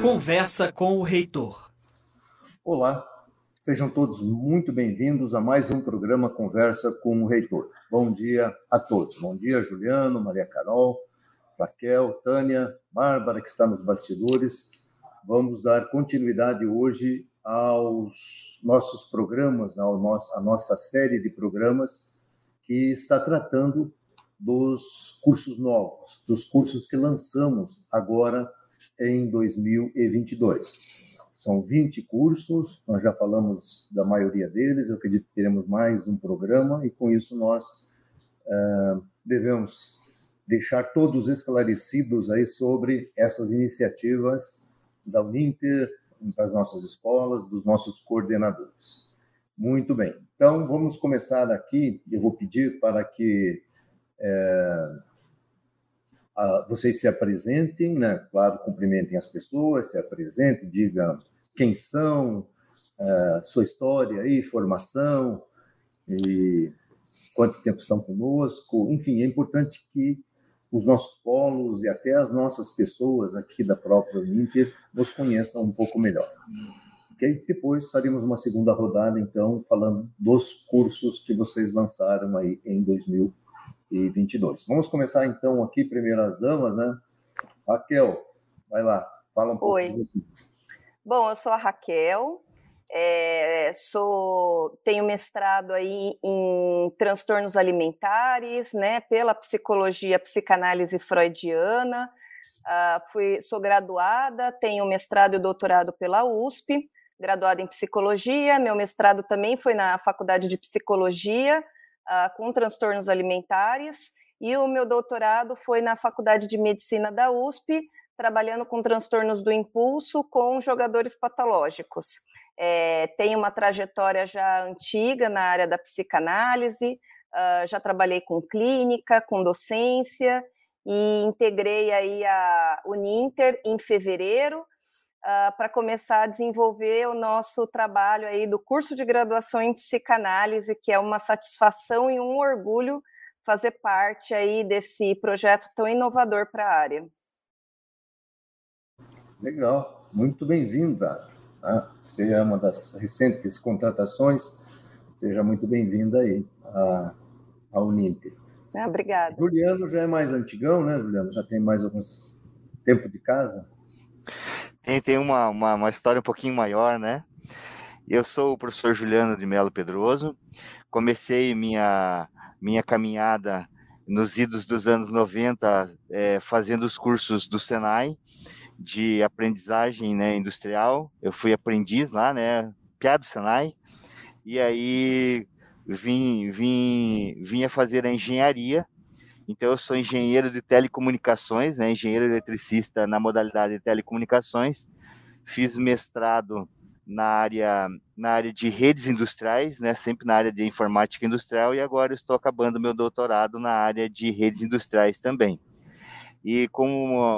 Conversa com o Reitor. Olá, sejam todos muito bem-vindos a mais um programa Conversa com o Reitor. Bom dia a todos. Bom dia, Juliano, Maria Carol, Raquel, Tânia, Bárbara, que está nos bastidores. Vamos dar continuidade hoje aos nossos programas, à nossa série de programas que está tratando dos cursos novos, dos cursos que lançamos agora em 2022. São 20 cursos, nós já falamos da maioria deles, eu acredito que teremos mais um programa e com isso nós devemos deixar todos esclarecidos aí sobre essas iniciativas da Uninter, das nossas escolas, dos nossos coordenadores. Muito bem, então vamos começar aqui, eu vou pedir para que vocês se apresentem, né? Claro, cumprimentem as pessoas, se apresentem, digam quem são, sua história e formação, e quanto tempo estão conosco. Enfim, é importante que os nossos polos e até as nossas pessoas aqui da própria Uninter nos conheçam um pouco melhor. Okay? Depois faremos uma segunda rodada, então, falando dos cursos que vocês lançaram aí em 2022. Vamos começar, então, aqui, primeiro as damas, né? Raquel, vai lá, fala um pouco de você. Bom, eu sou a Raquel, tenho mestrado aí em transtornos alimentares, né, pela psicologia, psicanálise freudiana, sou graduada, tenho mestrado e doutorado pela USP, graduada em psicologia, meu mestrado também foi na Faculdade de Psicologia, com transtornos alimentares, e o meu doutorado foi na Faculdade de Medicina da USP, trabalhando com transtornos do impulso com jogadores patológicos. Tenho uma trajetória já antiga na área da psicanálise, já trabalhei com clínica, com docência, e integrei aí a Uninter em fevereiro, para começar a desenvolver o nosso trabalho aí do curso de graduação em psicanálise, que é uma satisfação e um orgulho fazer parte aí desse projeto tão inovador para a área. Legal, muito bem-vinda. Você é uma das recentes contratações, seja muito bem-vinda aí à Uninter. Obrigada. Juliano já é mais antigão, né, Juliano? Já tem mais alguns tempo de casa? Tem uma história um pouquinho maior, né? Eu sou o professor Juliano de Melo Pedroso, comecei minha caminhada nos idos dos anos 90, fazendo os cursos do Senai, de aprendizagem, né, industrial. Eu fui aprendiz lá, né, piá do Senai, e aí vim a fazer a engenharia. Então eu sou engenheiro de telecomunicações, né, engenheiro eletricista na modalidade de telecomunicações. Fiz mestrado na área de redes industriais, né, sempre na área de informática industrial, e agora estou acabando meu doutorado na área de redes industriais também. E como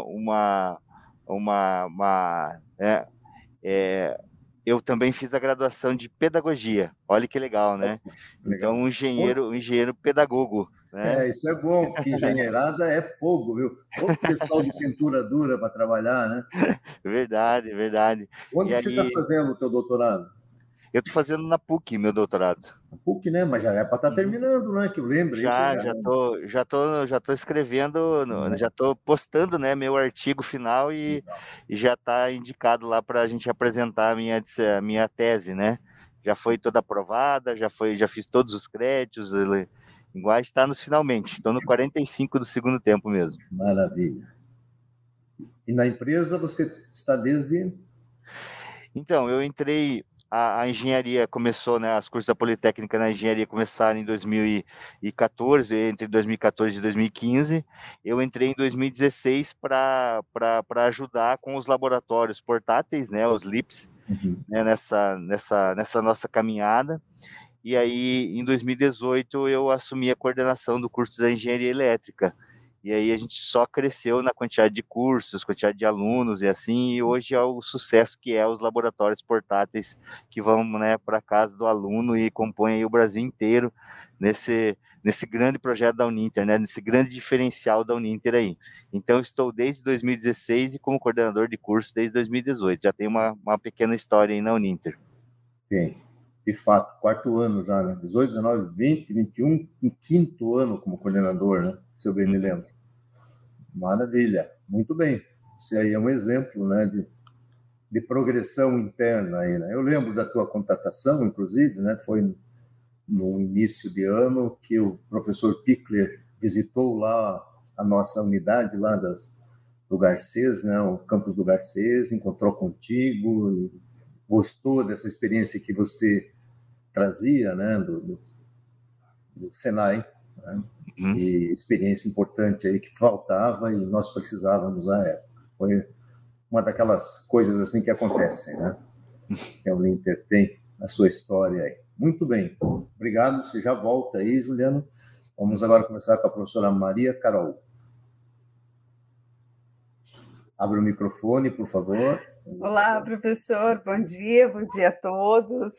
eu também fiz a graduação de pedagogia. Olha que legal, né? Legal. Então, um engenheiro pedagogo. Né? Isso é bom, porque engenheirada é fogo, viu? O pessoal de cintura dura para trabalhar, né? Verdade. Onde você está fazendo o teu doutorado? Eu estou fazendo na PUC, meu doutorado. Na PUC, né? Mas já é para estar terminando, né? Que eu lembro. Já estou escrevendo, já estou postando, né, meu artigo final e já está indicado lá para a gente apresentar a minha tese, né? Já foi toda aprovada, já fiz todos os créditos, a linguagem está nos finalmente, estou no 45 do segundo tempo mesmo. Maravilha. E na empresa você está desde... Então, eu entrei... A engenharia começou, né, os cursos da Politécnica na engenharia começaram em 2014, entre 2014 e 2015. Eu entrei em 2016 para ajudar com os laboratórios portáteis, né, os LIPS, né, nessa nossa caminhada. E aí, em 2018, eu assumi a coordenação do curso da engenharia elétrica. e aí a gente só cresceu na quantidade de cursos, quantidade de alunos e assim, e hoje é o sucesso que é os laboratórios portáteis que vão, né, para a casa do aluno e compõem aí o Brasil inteiro nesse grande projeto da Uninter, né, nesse grande diferencial da Uninter aí. Então, estou desde 2016 e como coordenador de curso desde 2018, já tem uma pequena história aí na Uninter. Sim, de fato, quarto ano já, né? 18, 19, 20, 21, em quinto ano como coordenador, né? Se eu bem me lembro. Maravilha, muito bem. Você aí é um exemplo, né, de progressão interna aí, né? Eu lembro da tua contratação, inclusive, né? Foi no início de ano que o professor Pickler visitou lá a nossa unidade lá do Garcês, né? O campus do Garcês, encontrou contigo e gostou dessa experiência que você trazia, né? Do Senai, né? E experiência importante aí que faltava e nós precisávamos na época. Foi uma daquelas coisas assim que acontecem, né? Que a Uninter tem na sua história aí. Muito bem, obrigado. Você já volta aí, Juliano. Vamos agora começar com a professora Maria Carol. Abre o microfone, por favor. Olá, professor. Bom dia a todos.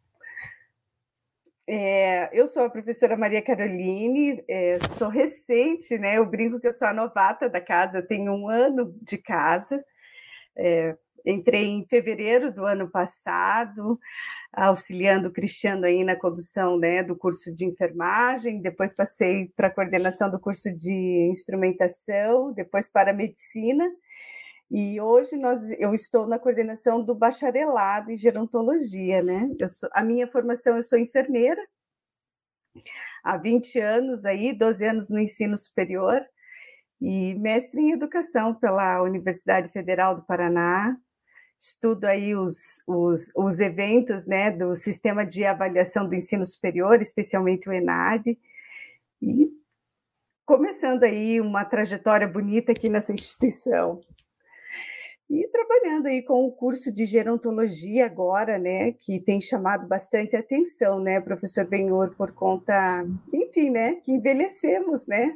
Eu sou a professora Maria Caroline, sou recente, né? Eu brinco que eu sou a novata da casa, eu tenho 1 ano de casa. Entrei em fevereiro do ano passado, auxiliando o Cristiano aí na condução, né, do curso de enfermagem, depois passei para a coordenação do curso de instrumentação, depois para a medicina, e hoje eu estou na coordenação do bacharelado em gerontologia, né? A minha formação, eu sou enfermeira, há 20 anos aí, 12 anos no ensino superior, e mestre em educação pela Universidade Federal do Paraná. Estudo aí os eventos, né, do Sistema de Avaliação do Ensino Superior, especialmente o ENAD, e começando aí uma trajetória bonita aqui nessa instituição. E trabalhando aí com o curso de gerontologia agora, né, que tem chamado bastante atenção, né, professor Benhor, por conta, enfim, né, que envelhecemos, né?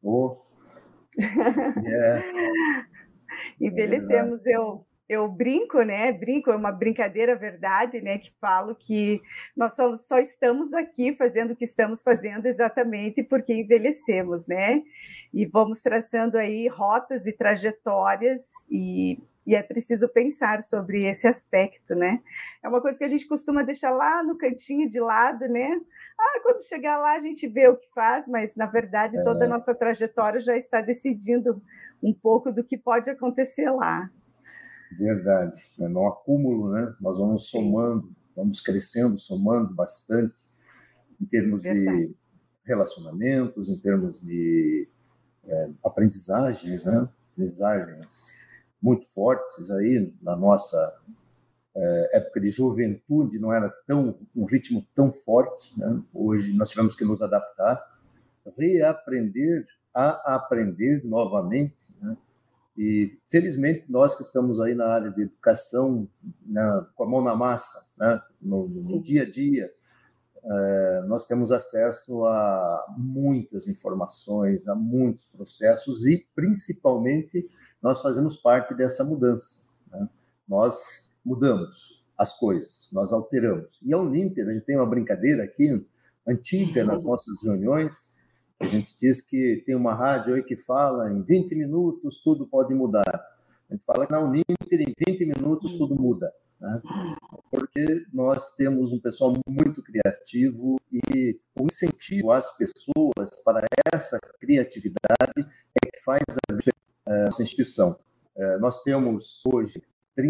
Envelhecemos, eu brinco, né? É uma brincadeira verdade, né? Que falo que nós só estamos aqui fazendo o que estamos fazendo exatamente porque envelhecemos, né? E vamos traçando aí rotas e trajetórias e é preciso pensar sobre esse aspecto, né? É uma coisa que a gente costuma deixar lá no cantinho de lado, né? Quando chegar lá a gente vê o que faz, mas na verdade toda a nossa trajetória já está decidindo um pouco do que pode acontecer lá. Verdade, no acúmulo, né? Nós vamos somando, vamos crescendo, somando bastante em termos de relacionamentos, em termos de aprendizagens, né? Aprendizagens muito fortes aí na nossa época de juventude, não era um ritmo tão forte, né? Hoje nós tivemos que nos adaptar, reaprender a aprender novamente, né? E, felizmente, nós que estamos aí na área de educação, com a mão na massa, né, no dia a dia, nós temos acesso a muitas informações, a muitos processos e, principalmente, nós fazemos parte dessa mudança, né? Nós mudamos as coisas, nós alteramos. E a Uninter, a gente tem uma brincadeira aqui, antiga, nas nossas reuniões. A gente diz que tem uma rádio aí que fala em 20 minutos tudo pode mudar. A gente fala que na Uninter em 20 minutos tudo muda, né? Porque nós temos um pessoal muito criativo e o incentivo às pessoas para essa criatividade é que faz a diferença na nossa instituição. Nós temos hoje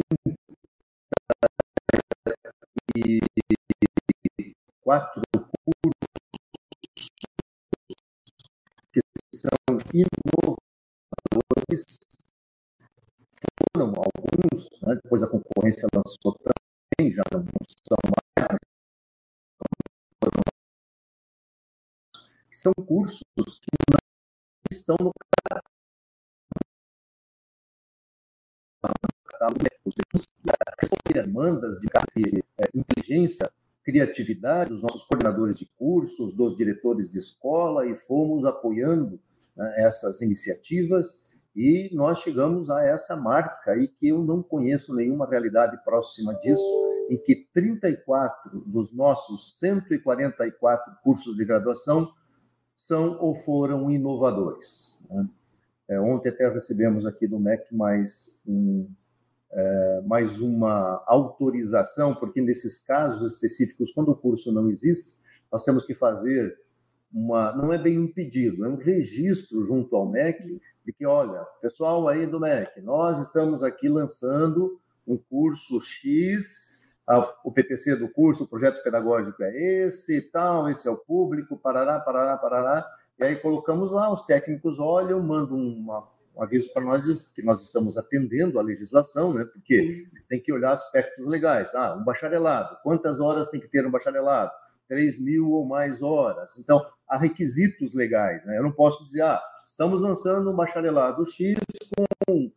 34 são inovadores, foram alguns, né? Depois a concorrência lançou também, já não são mais, são cursos que não estão no catálogo, questão de demandas de inteligência, criatividade dos nossos coordenadores de cursos, dos diretores de escola, e fomos apoiando né, essas iniciativas, e nós chegamos a essa marca aí que eu não conheço nenhuma realidade próxima disso, em que 34 dos nossos 144 cursos de graduação são ou foram inovadores, né? Ontem até recebemos aqui do MEC mais uma autorização, porque nesses casos específicos, quando o curso não existe, nós temos que fazer não é bem um pedido, é um registro junto ao MEC, de que, olha, pessoal aí do MEC, nós estamos aqui lançando um curso X, o PPC do curso, o projeto pedagógico é esse e tal, esse é o público, parará, parará, parará, e aí colocamos lá, os técnicos olham, mandam um aviso para nós que nós estamos atendendo a legislação, né? Porque eles têm que olhar aspectos legais. Um bacharelado, quantas horas tem que ter um bacharelado? 3.000 ou mais horas. Então, há requisitos legais, né? Eu não posso dizer, estamos lançando um bacharelado X com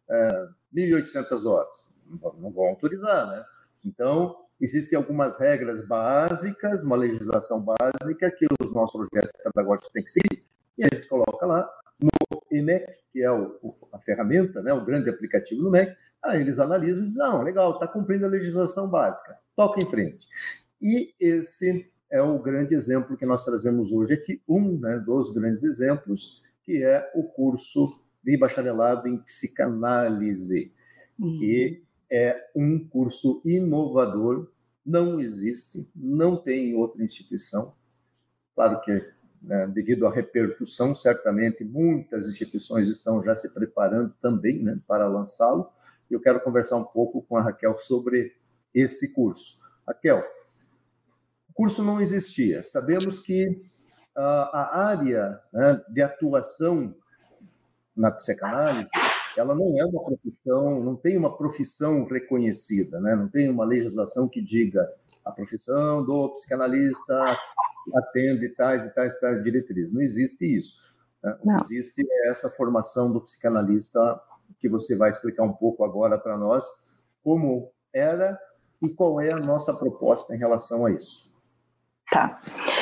1.800 horas. Não vão autorizar, né? Então, existem algumas regras básicas, uma legislação básica que os nossos projetos pedagógicos têm que seguir, e a gente coloca lá no EMEC, que é a ferramenta, né, o grande aplicativo do MEC, eles analisam e dizem, não, legal, está cumprindo a legislação básica, toca em frente. E esse é o grande exemplo que nós trazemos hoje aqui, né, dos grandes exemplos, que é o curso de bacharelado em psicanálise, que é um curso inovador, não existe, não tem em outra instituição. Claro que, né, devido à repercussão, certamente muitas instituições estão já se preparando também, né, para lançá-lo. Eu quero conversar um pouco com a Raquel sobre esse curso. Raquel, o curso não existia. Sabemos que a área, né, de atuação na psicanálise, ela não é uma profissão, não tem uma profissão reconhecida, né? Não tem uma legislação que diga a profissão do psicanalista atende tais e tais e tais diretrizes. Não existe isso, né? O que existe é essa formação do psicanalista, que você vai explicar um pouco agora para nós, como era e qual é a nossa proposta em relação a isso. Tá.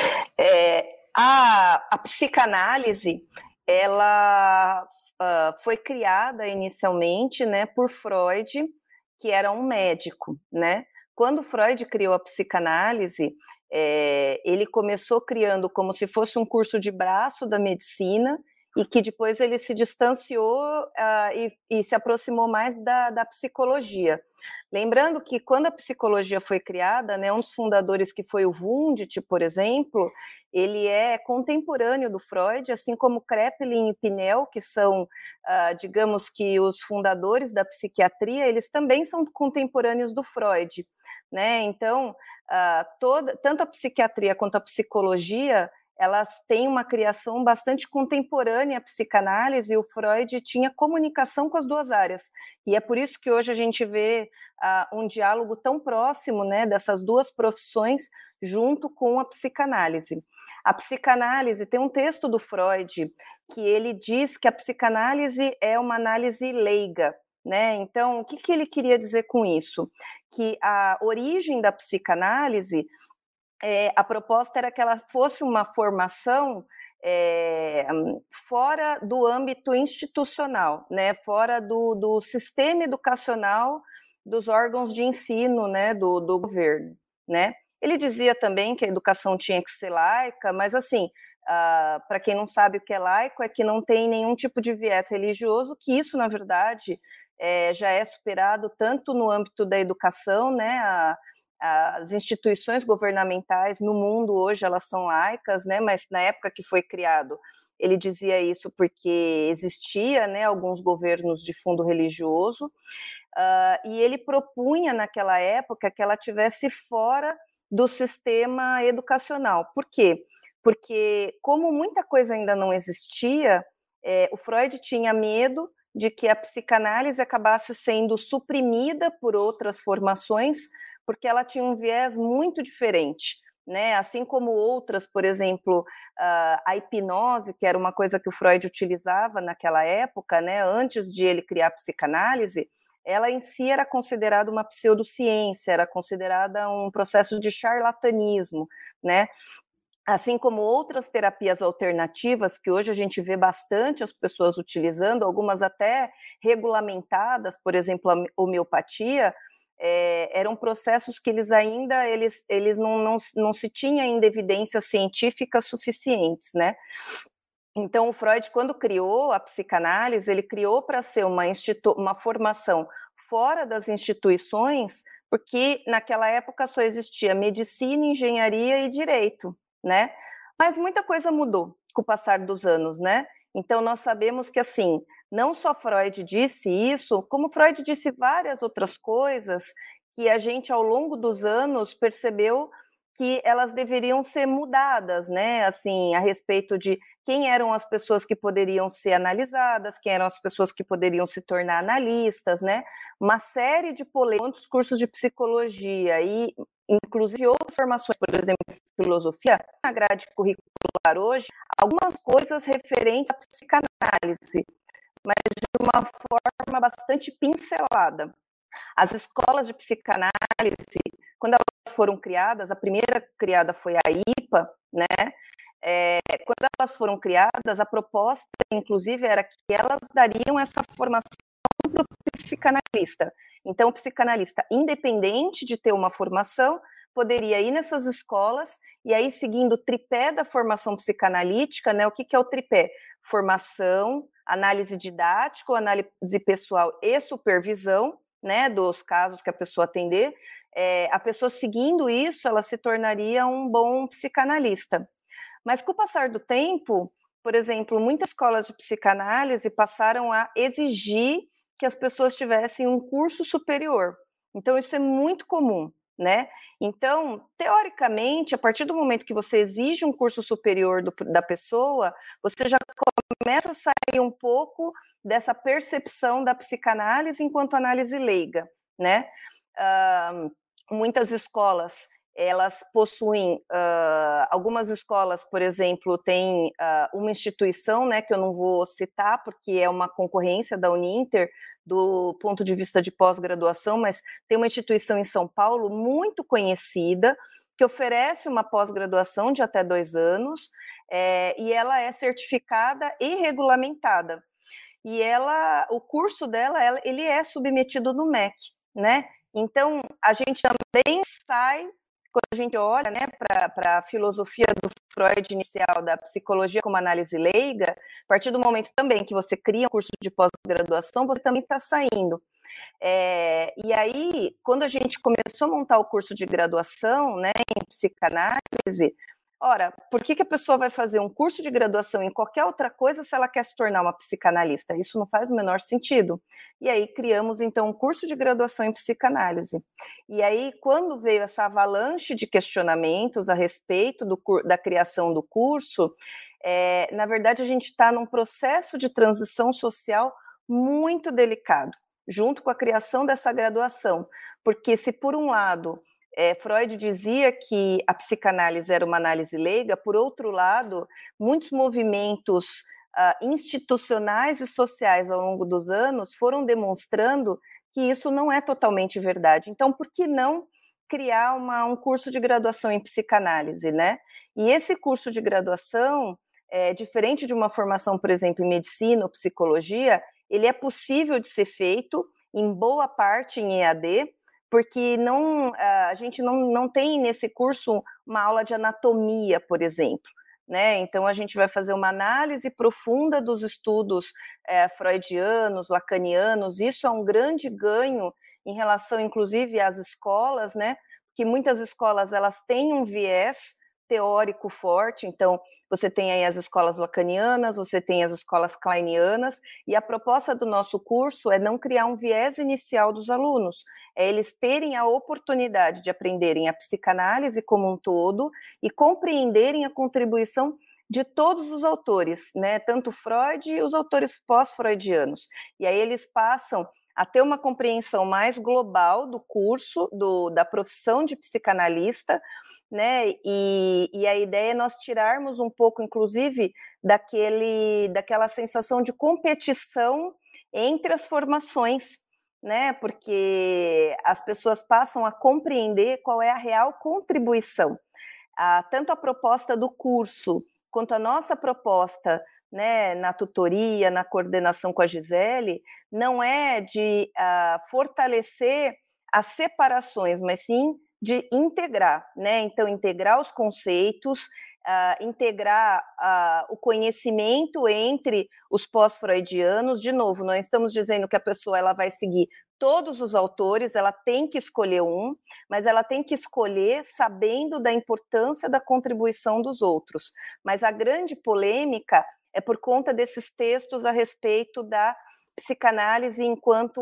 A psicanálise, ela foi criada inicialmente, né, por Freud, que era um médico, né? Quando Freud criou a psicanálise, ele começou criando como se fosse um curso de braço da medicina, e que depois ele se distanciou e se aproximou mais da psicologia. Lembrando que quando a psicologia foi criada, né, um dos fundadores, que foi o Wundt, por exemplo, ele é contemporâneo do Freud, assim como Kraepelin e Pinel, que são, digamos que os fundadores da psiquiatria, eles também são contemporâneos do Freud, né? Então, tanto a psiquiatria quanto a psicologia, elas têm uma criação bastante contemporânea à psicanálise, e o Freud tinha comunicação com as duas áreas. E é por isso que hoje a gente vê um diálogo tão próximo, né, dessas duas profissões junto com a psicanálise. A psicanálise, tem um texto do Freud que ele diz que a psicanálise é uma análise leiga, né? Então, o que ele queria dizer com isso? Que a origem da psicanálise, a proposta era que ela fosse uma formação fora do âmbito institucional, né, fora do sistema educacional, dos órgãos de ensino, né, do governo, né. Ele dizia também que a educação tinha que ser laica, mas assim, para quem não sabe o que é laico, é que não tem nenhum tipo de viés religioso, que isso, na verdade, já é superado tanto no âmbito da educação, né, as instituições governamentais no mundo hoje, elas são laicas, né, mas na época que foi criado, ele dizia isso porque existia, né, alguns governos de fundo religioso, e ele propunha naquela época que ela tivesse fora do sistema educacional. Por quê? Porque como muita coisa ainda não existia, o Freud tinha medo de que a psicanálise acabasse sendo suprimida por outras formações, porque ela tinha um viés muito diferente, né? Assim como outras, por exemplo, a hipnose, que era uma coisa que o Freud utilizava naquela época, né? Antes de ele criar a psicanálise, ela em si era considerada uma pseudociência, era considerada um processo de charlatanismo, né? assim como outras terapias alternativas, que hoje a gente vê bastante as pessoas utilizando, algumas até regulamentadas, por exemplo, a homeopatia, eram processos que eles não se tinha ainda evidências científicas suficientes, né? Então, o Freud, quando criou a psicanálise, ele criou para ser uma formação fora das instituições, porque naquela época só existia medicina, engenharia e direito, né? Mas muita coisa mudou com o passar dos anos, né? Então, nós sabemos que, assim, não só Freud disse isso, como Freud disse várias outras coisas que a gente, ao longo dos anos, percebeu que elas deveriam ser mudadas, né? Assim, a respeito de quem eram as pessoas que poderiam ser analisadas, quem eram as pessoas que poderiam se tornar analistas, né? Uma série de polêmicas, cursos de psicologia e, inclusive, outras formações, por exemplo, filosofia, na grade curricular hoje, algumas coisas referentes à psicanálise, mas de uma forma bastante pincelada. As escolas de psicanálise, quando elas foram criadas, a primeira criada foi a IPA, né? Quando elas foram criadas, a proposta, inclusive, era que elas dariam essa formação para o psicanalista. Então, o psicanalista, independente de ter uma formação, poderia ir nessas escolas e aí, seguindo o tripé da formação psicanalítica, né? O que é o tripé? Formação, análise didática, análise pessoal e supervisão, né, dos casos que a pessoa atender, a pessoa seguindo isso, ela se tornaria um bom psicanalista. Mas com o passar do tempo, por exemplo, muitas escolas de psicanálise passaram a exigir que as pessoas tivessem um curso superior. Então, isso é muito comum, né? Então, teoricamente, a partir do momento que você exige um curso superior da pessoa, você já começa a sair um pouco dessa percepção da psicanálise enquanto análise leiga, né? Muitas escolas, elas possuem, algumas escolas, por exemplo, têm uma instituição, né, que eu não vou citar, porque é uma concorrência da Uninter, do ponto de vista de pós-graduação, mas tem uma instituição em São Paulo muito conhecida, que oferece uma pós-graduação de até 2 anos, e ela é certificada e regulamentada. E o curso dela, ele é submetido no MEC, né? Então, a gente também sai, quando a gente olha, né, para a filosofia do Freud inicial, da psicologia como análise leiga, a partir do momento também que você cria um curso de pós-graduação, você também está saindo. E aí, quando a gente começou a montar o curso de graduação, né, em psicanálise, ora, por que a pessoa vai fazer um curso de graduação em qualquer outra coisa se ela quer se tornar uma psicanalista? Isso não faz o menor sentido. E aí criamos, então, um curso de graduação em psicanálise. E aí, quando veio essa avalanche de questionamentos a respeito da criação do curso, na verdade, a gente está num processo de transição social muito delicado, junto com a criação dessa graduação. Porque se, por um lado, Freud dizia que a psicanálise era uma análise leiga, por outro lado, muitos movimentos institucionais e sociais ao longo dos anos foram demonstrando que isso não é totalmente verdade. Então, por que não criar um curso de graduação em psicanálise, né? E esse curso de graduação, diferente de uma formação, por exemplo, em medicina ou psicologia, ele é possível de ser feito, em boa parte em EAD, porque a gente não tem nesse curso uma aula de anatomia, por exemplo, né? Então, a gente vai fazer uma análise profunda dos estudos freudianos, lacanianos. Isso é um grande ganho em relação, inclusive, às escolas, né? Porque muitas escolas, elas têm um viés teórico forte, então você tem aí as escolas lacanianas, você tem as escolas kleinianas, e a proposta do nosso curso é não criar um viés inicial dos alunos, é eles terem a oportunidade de aprenderem a psicanálise como um todo e compreenderem a contribuição de todos os autores, né, tanto Freud e os autores pós-freudianos, e aí eles passam a ter uma compreensão mais global do curso, da profissão de psicanalista, né? E a ideia é nós tirarmos um pouco, inclusive, daquela sensação de competição entre as formações, né? Porque as pessoas passam a compreender qual é a real contribuição. tanto a proposta do curso quanto a nossa proposta, né, na tutoria, na coordenação com a Gisele, não é de fortalecer as separações, mas sim de integrar, né? Então, integrar os conceitos, integrar o conhecimento entre os pós-freudianos. De novo, nós estamos dizendo que a pessoa ela vai seguir todos os autores, ela tem que escolher um, mas ela tem que escolher sabendo da importância da contribuição dos outros. Mas a grande polêmica é por conta desses textos a respeito da psicanálise enquanto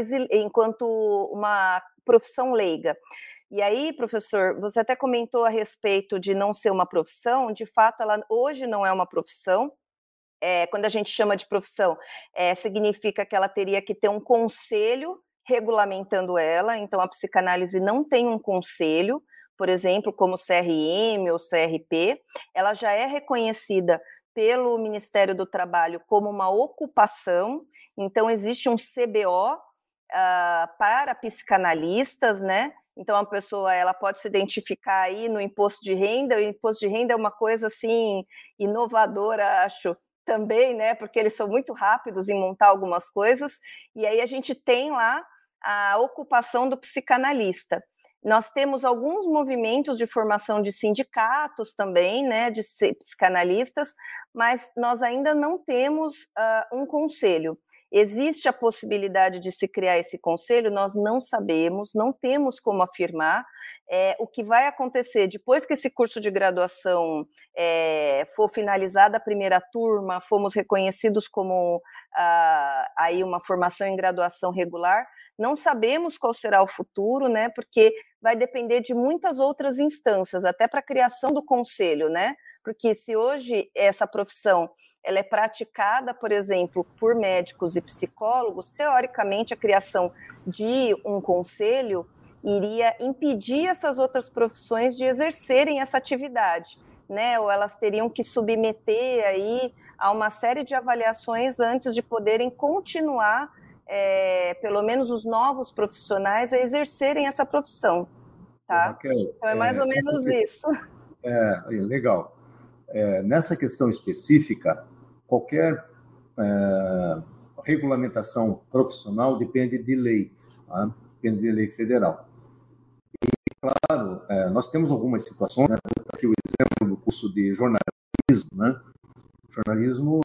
uma profissão leiga. E aí, professor, você até comentou a respeito de não ser uma profissão, de fato, ela hoje não é uma profissão. Quando a gente chama de profissão, significa que ela teria que ter um conselho regulamentando ela, então a psicanálise não tem um conselho, por exemplo, como CRM ou CRP, ela já é reconhecida pelo Ministério do Trabalho como uma ocupação, então existe um CBO para psicanalistas, né? Então a pessoa ela pode se identificar aí no imposto de renda. O imposto de renda é uma coisa assim inovadora, acho, também, né? Porque eles são muito rápidos em montar algumas coisas. E aí a gente tem lá a ocupação do psicanalista. Nós temos alguns movimentos de formação de sindicatos também, né, de psicanalistas, mas nós ainda não temos um conselho. Existe a possibilidade de se criar esse conselho? Nós não sabemos, não temos como afirmar. O que vai acontecer depois que esse curso de graduação for finalizada a primeira turma, fomos reconhecidos como aí uma formação em graduação regular, não sabemos qual será o futuro, né? Porque vai depender de muitas outras instâncias, até para a criação do conselho, né? Porque se hoje essa profissão ela é praticada, por exemplo, por médicos e psicólogos, teoricamente a criação de um conselho iria impedir essas outras profissões de exercerem essa atividade, né? Ou elas teriam que submeter aí a uma série de avaliações antes de poderem continuar, pelo menos os novos profissionais, a exercerem essa profissão, tá? Raquel, Então é mais ou menos isso. Legal. Nessa questão específica, qualquer regulamentação profissional depende de lei, tá? Depende de lei federal. E, claro, nós temos algumas situações, né? Aqui o exemplo do curso de jornalismo, né? Jornalismo,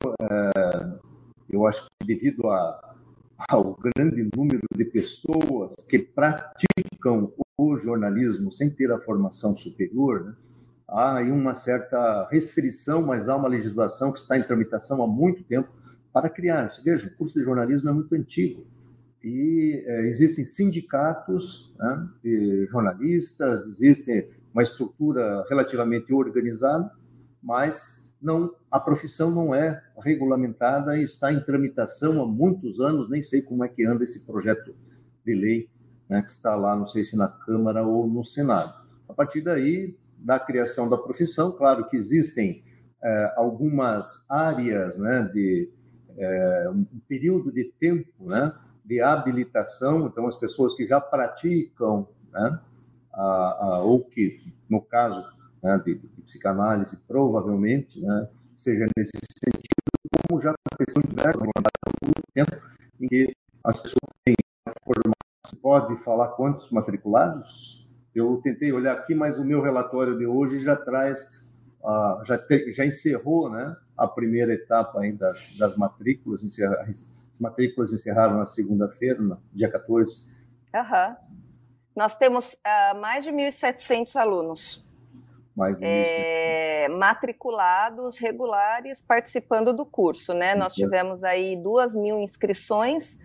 eu acho que devido ao grande número de pessoas que praticam o jornalismo sem ter a formação superior, né? Há aí uma certa restrição, mas há uma legislação que está em tramitação há muito tempo para criar. Você veja, o curso de jornalismo é muito antigo e existem sindicatos, né, de jornalistas, existe uma estrutura relativamente organizada, mas a profissão não é regulamentada e está em tramitação há muitos anos. Nem sei como é que anda esse projeto de lei, né, que está lá, não sei se na Câmara ou no Senado. A partir daí, da criação da profissão, claro que existem algumas áreas, né, de um período de tempo, né, de habilitação. Então, as pessoas que já praticam, né, ou que, no caso, né, de psicanálise, provavelmente, né, seja nesse sentido, como já aconteceu em diversos tempo, em que as pessoas têm a formação. Pode falar quantos matriculados? Eu tentei olhar aqui, mas o meu relatório de hoje já traz, já encerrou, né, a primeira etapa ainda das matrículas. As matrículas encerraram na segunda-feira, no dia 14. Uhum. Nós temos mais de 1.700 alunos. Mais de 1.700. Matriculados regulares participando do curso, né? Nós tivemos aí 2.000 inscrições,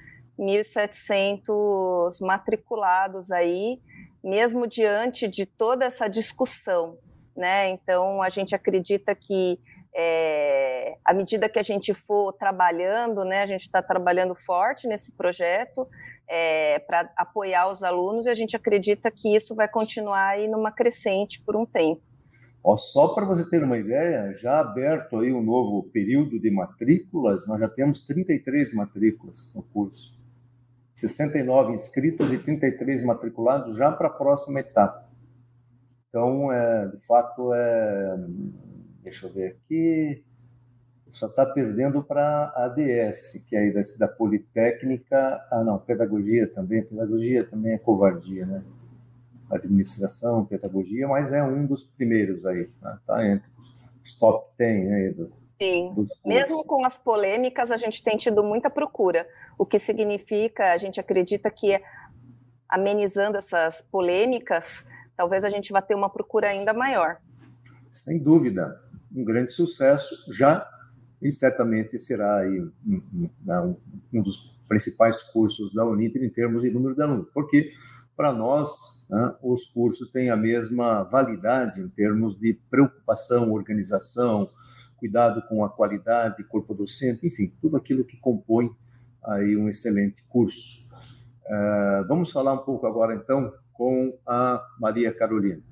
1.700 matriculados aí, mesmo diante de toda essa discussão, né? Então, a gente acredita que, à medida que a gente for trabalhando, né, a gente está trabalhando forte nesse projeto para apoiar os alunos, e a gente acredita que isso vai continuar aí numa crescente por um tempo. Só para você ter uma ideia, já aberto aí um novo período de matrículas, nós já temos 33 matrículas no curso. 69 inscritos e 33 matriculados já para a próxima etapa. Então, de fato, deixa eu ver aqui, só está perdendo para a ADS, que é da Politécnica. Não, pedagogia também é covardia, né? Administração, pedagogia, mas é um dos primeiros aí, né? Tá entre os top 10 aí Sim, mesmo com as polêmicas, a gente tem tido muita procura, o que significa, a gente acredita que amenizando essas polêmicas, talvez a gente vá ter uma procura ainda maior. Sem dúvida, um grande sucesso já, e certamente será aí um dos principais cursos da Uninter em termos de número de alunos, porque para nós, né, os cursos têm a mesma validade em termos de preocupação, organização, cuidado com a qualidade, corpo docente, enfim, tudo aquilo que compõe aí um excelente curso. Vamos falar um pouco agora, então, com a Maria Carolina.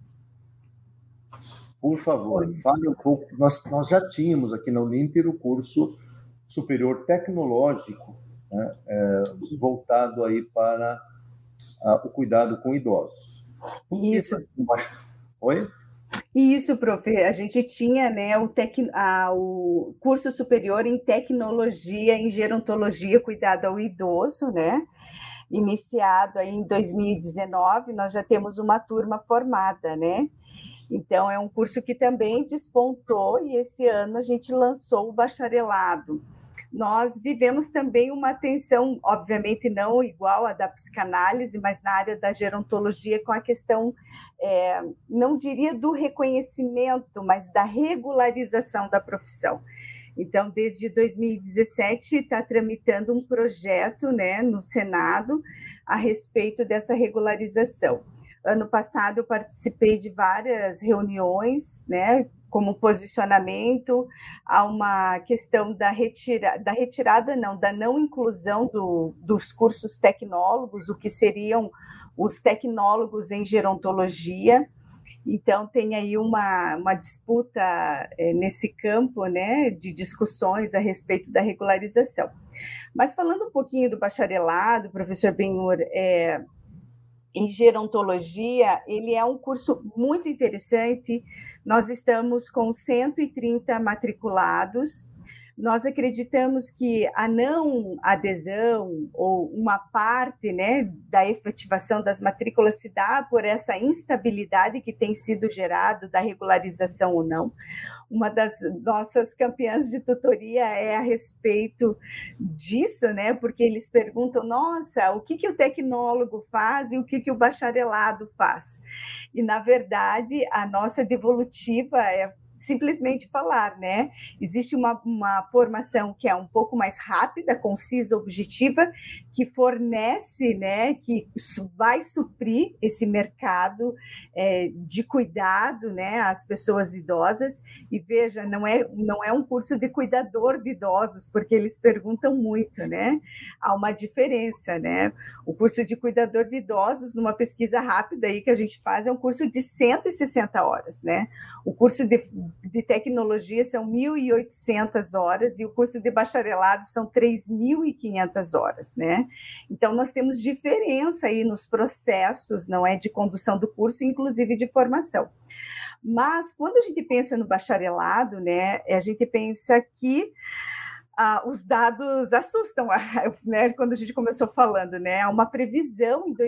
Por favor, fale um pouco. Nós já tínhamos aqui na Uninter o curso superior tecnológico, né, voltado aí para o cuidado com idosos. Isso. Oi? Isso, prof. A gente tinha, né, o curso superior em tecnologia, em gerontologia, cuidado ao idoso, né? Iniciado aí em 2019, nós já temos uma turma formada, né? Então, é um curso que também despontou e esse ano a gente lançou o bacharelado. Nós vivemos também uma atenção, obviamente não igual à da psicanálise, mas na área da gerontologia, com a questão, não diria do reconhecimento, mas da regularização da profissão. Então, desde 2017, está tramitando um projeto, né, no Senado a respeito dessa regularização. Ano passado, eu participei de várias reuniões, né, como posicionamento a uma questão da não inclusão dos cursos tecnólogos, o que seriam os tecnólogos em gerontologia. Então, tem aí uma disputa nesse campo, né, de discussões a respeito da regularização. Mas falando um pouquinho do bacharelado, professor Benhur, em gerontologia, ele é um curso muito interessante. Nós estamos com 130 matriculados. Nós acreditamos que a não adesão ou uma parte, né, da efetivação das matrículas se dá por essa instabilidade que tem sido gerado da regularização ou não. Uma das nossas campeãs de tutoria é a respeito disso, né? Porque eles perguntam, nossa, o que o tecnólogo faz e o que o bacharelado faz? E, na verdade, a nossa devolutiva é simplesmente falar, né? Existe uma formação que é um pouco mais rápida, concisa, objetiva, que fornece, né, que vai suprir esse mercado de cuidado, né, às pessoas idosas. E veja, não é um curso de cuidador de idosos, porque eles perguntam muito, né? Há uma diferença, né? O curso de cuidador de idosos, numa pesquisa rápida aí que a gente faz, é um curso de 160 horas, né? O curso de tecnologia são 1.800 horas e o curso de bacharelado são 3.500 horas, né? Então, nós temos diferença aí nos processos, não é, de condução do curso, inclusive de formação. Mas, quando a gente pensa no bacharelado, né, a gente pensa que os dados assustam, né, quando a gente começou falando, né? Há uma previsão de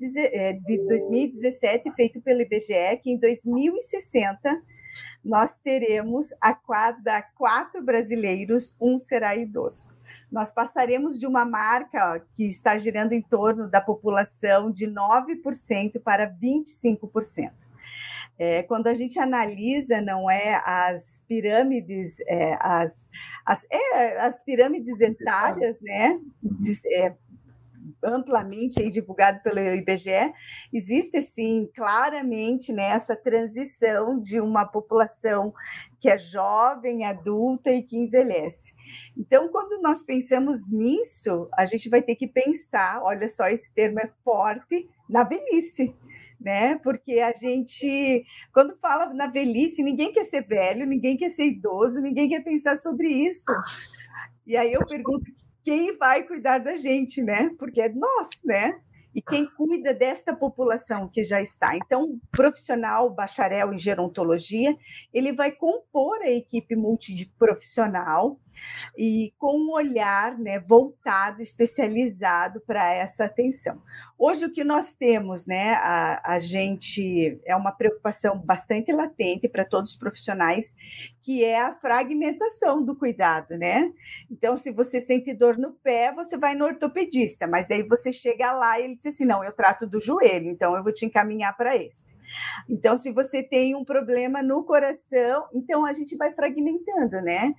2017 feita pelo IBGE que em 2060 nós teremos a cada 4 brasileiros, um será idoso. Nós passaremos de uma marca que está girando em torno da população de 9% para 25%. Quando a gente analisa, não é, as pirâmides, as pirâmides etárias, né, amplamente aí divulgado pelo IBGE, existe sim claramente, né, essa transição de uma população que é jovem, adulta e que envelhece. Então, quando nós pensamos nisso, a gente vai ter que pensar, olha só, esse termo é forte, na velhice, né? Porque a gente, quando fala na velhice, ninguém quer ser velho, ninguém quer ser idoso, ninguém quer pensar sobre isso. E aí eu pergunto, quem vai cuidar da gente, né? Porque é nós, né? e quem cuida desta população que já está. Então, o profissional bacharel em gerontologia, ele vai compor a equipe multiprofissional e com um olhar, né, voltado, especializado para essa atenção. Hoje, o que nós temos, né, a gente, é uma preocupação bastante latente para todos os profissionais, que é a fragmentação do cuidado, né? Então, se você sente dor no pé, você vai no ortopedista, mas daí você chega lá e ele diz assim, não, eu trato do joelho, então eu vou te encaminhar para esse. Então, se você tem um problema no coração, então a gente vai fragmentando, né?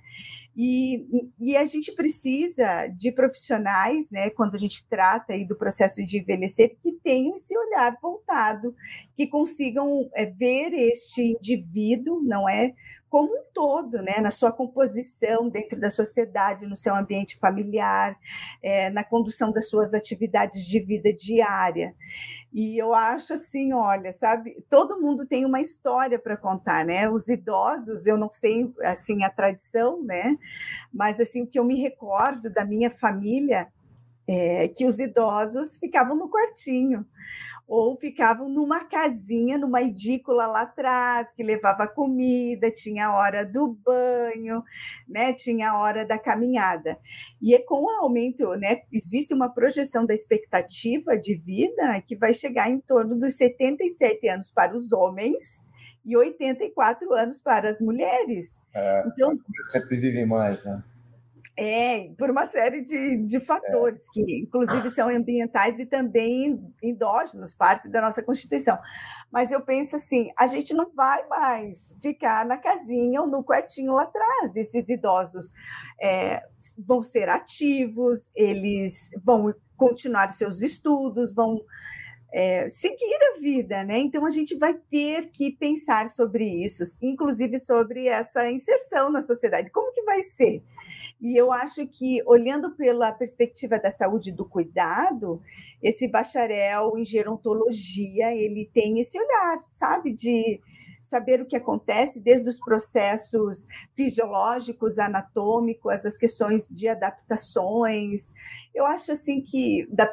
E a gente precisa de profissionais, né, quando a gente trata aí do processo de envelhecer, que tenham esse olhar voltado, que consigam ver este indivíduo, não é, como um todo, né, na sua composição dentro da sociedade, no seu ambiente familiar, na condução das suas atividades de vida diária. E eu acho assim, olha, sabe, todo mundo tem uma história para contar, né? Os idosos, eu não sei, assim, a tradição, né? Mas, assim, o que eu me recordo da minha família é que os idosos ficavam no quartinho, ou ficavam numa casinha, numa edícula lá atrás, que levava comida, tinha a hora do banho, né? Tinha a hora da caminhada. E com o aumento, né, existe uma projeção da expectativa de vida que vai chegar em torno dos 77 anos para os homens e 84 anos para as mulheres. Então, sempre vivem mais, né? Por uma série de fatores, que inclusive são ambientais e também endógenos, parte da nossa Constituição. Mas eu penso assim, a gente não vai mais ficar na casinha ou no quartinho lá atrás. Esses idosos vão ser ativos, eles vão continuar seus estudos, vão seguir a vida, né? Então a gente vai ter que pensar sobre isso, inclusive sobre essa inserção na sociedade. Como que vai ser? E eu acho que, olhando pela perspectiva da saúde e do cuidado, esse bacharel em gerontologia, ele tem esse olhar, sabe, de saber o que acontece, desde os processos fisiológicos, anatômicos, as questões de adaptações. Eu acho assim que da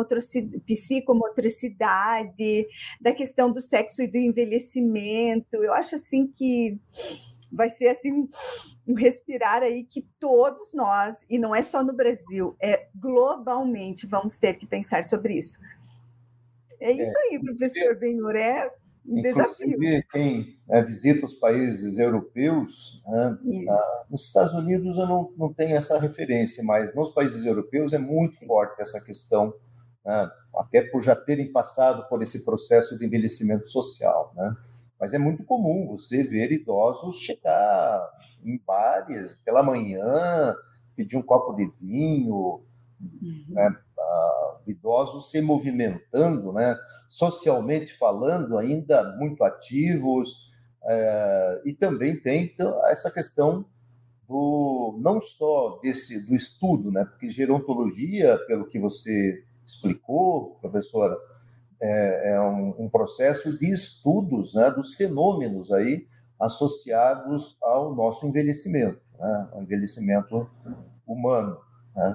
psicomotricidade, da questão do sexo e do envelhecimento, eu acho assim que vai ser assim um respirar aí que todos nós, e não é só no Brasil, globalmente vamos ter que pensar sobre isso. É isso aí, professor Benhur, um desafio. Quem visita os países europeus, né, nos Estados Unidos eu não tenho essa referência, mas nos países europeus é muito forte essa questão, né, até por já terem passado por esse processo de envelhecimento social, né? Mas é muito comum você ver idosos chegar em bares pela manhã, pedir um copo de vinho, né? Idosos se movimentando, né? Socialmente falando, ainda muito ativos, e também tem essa questão não só do estudo, né? Porque gerontologia, pelo que você explicou, professora, é um processo de estudos, né, dos fenômenos aí associados ao nosso envelhecimento, né, ao envelhecimento humano, né?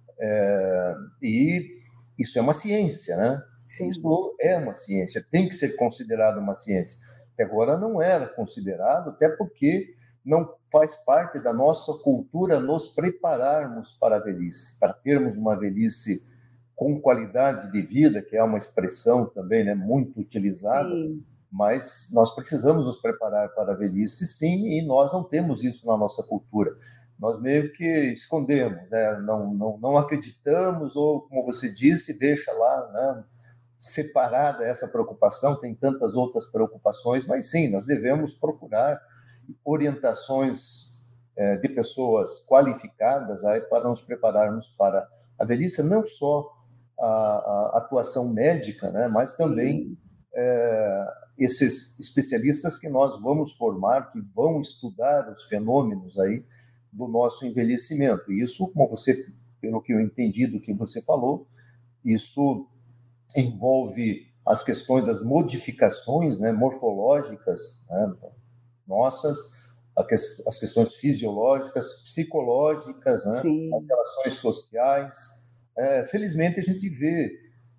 E isso é uma ciência, né? Sim. Isso é uma ciência, tem que ser considerado uma ciência. Até agora não era considerado, até porque não faz parte da nossa cultura nos prepararmos para a velhice, para termos uma velhice com qualidade de vida, que é uma expressão também, né, muito utilizada. Sim. Mas nós precisamos nos preparar para a velhice, sim, e nós não temos isso na nossa cultura. Nós meio que escondemos, né? Não acreditamos, ou, como você disse, deixa lá, né, separada essa preocupação, tem tantas outras preocupações, mas sim, nós devemos procurar orientações de pessoas qualificadas aí para nos prepararmos para a velhice, não só a atuação médica, né, mas também esses especialistas que nós vamos formar, que vão estudar os fenômenos aí do nosso envelhecimento. E isso, como você, pelo que eu entendi do que você falou, isso envolve as questões das modificações, né, morfológicas, né, nossas, as questões fisiológicas, psicológicas, né, as relações sociais. Felizmente, a gente vê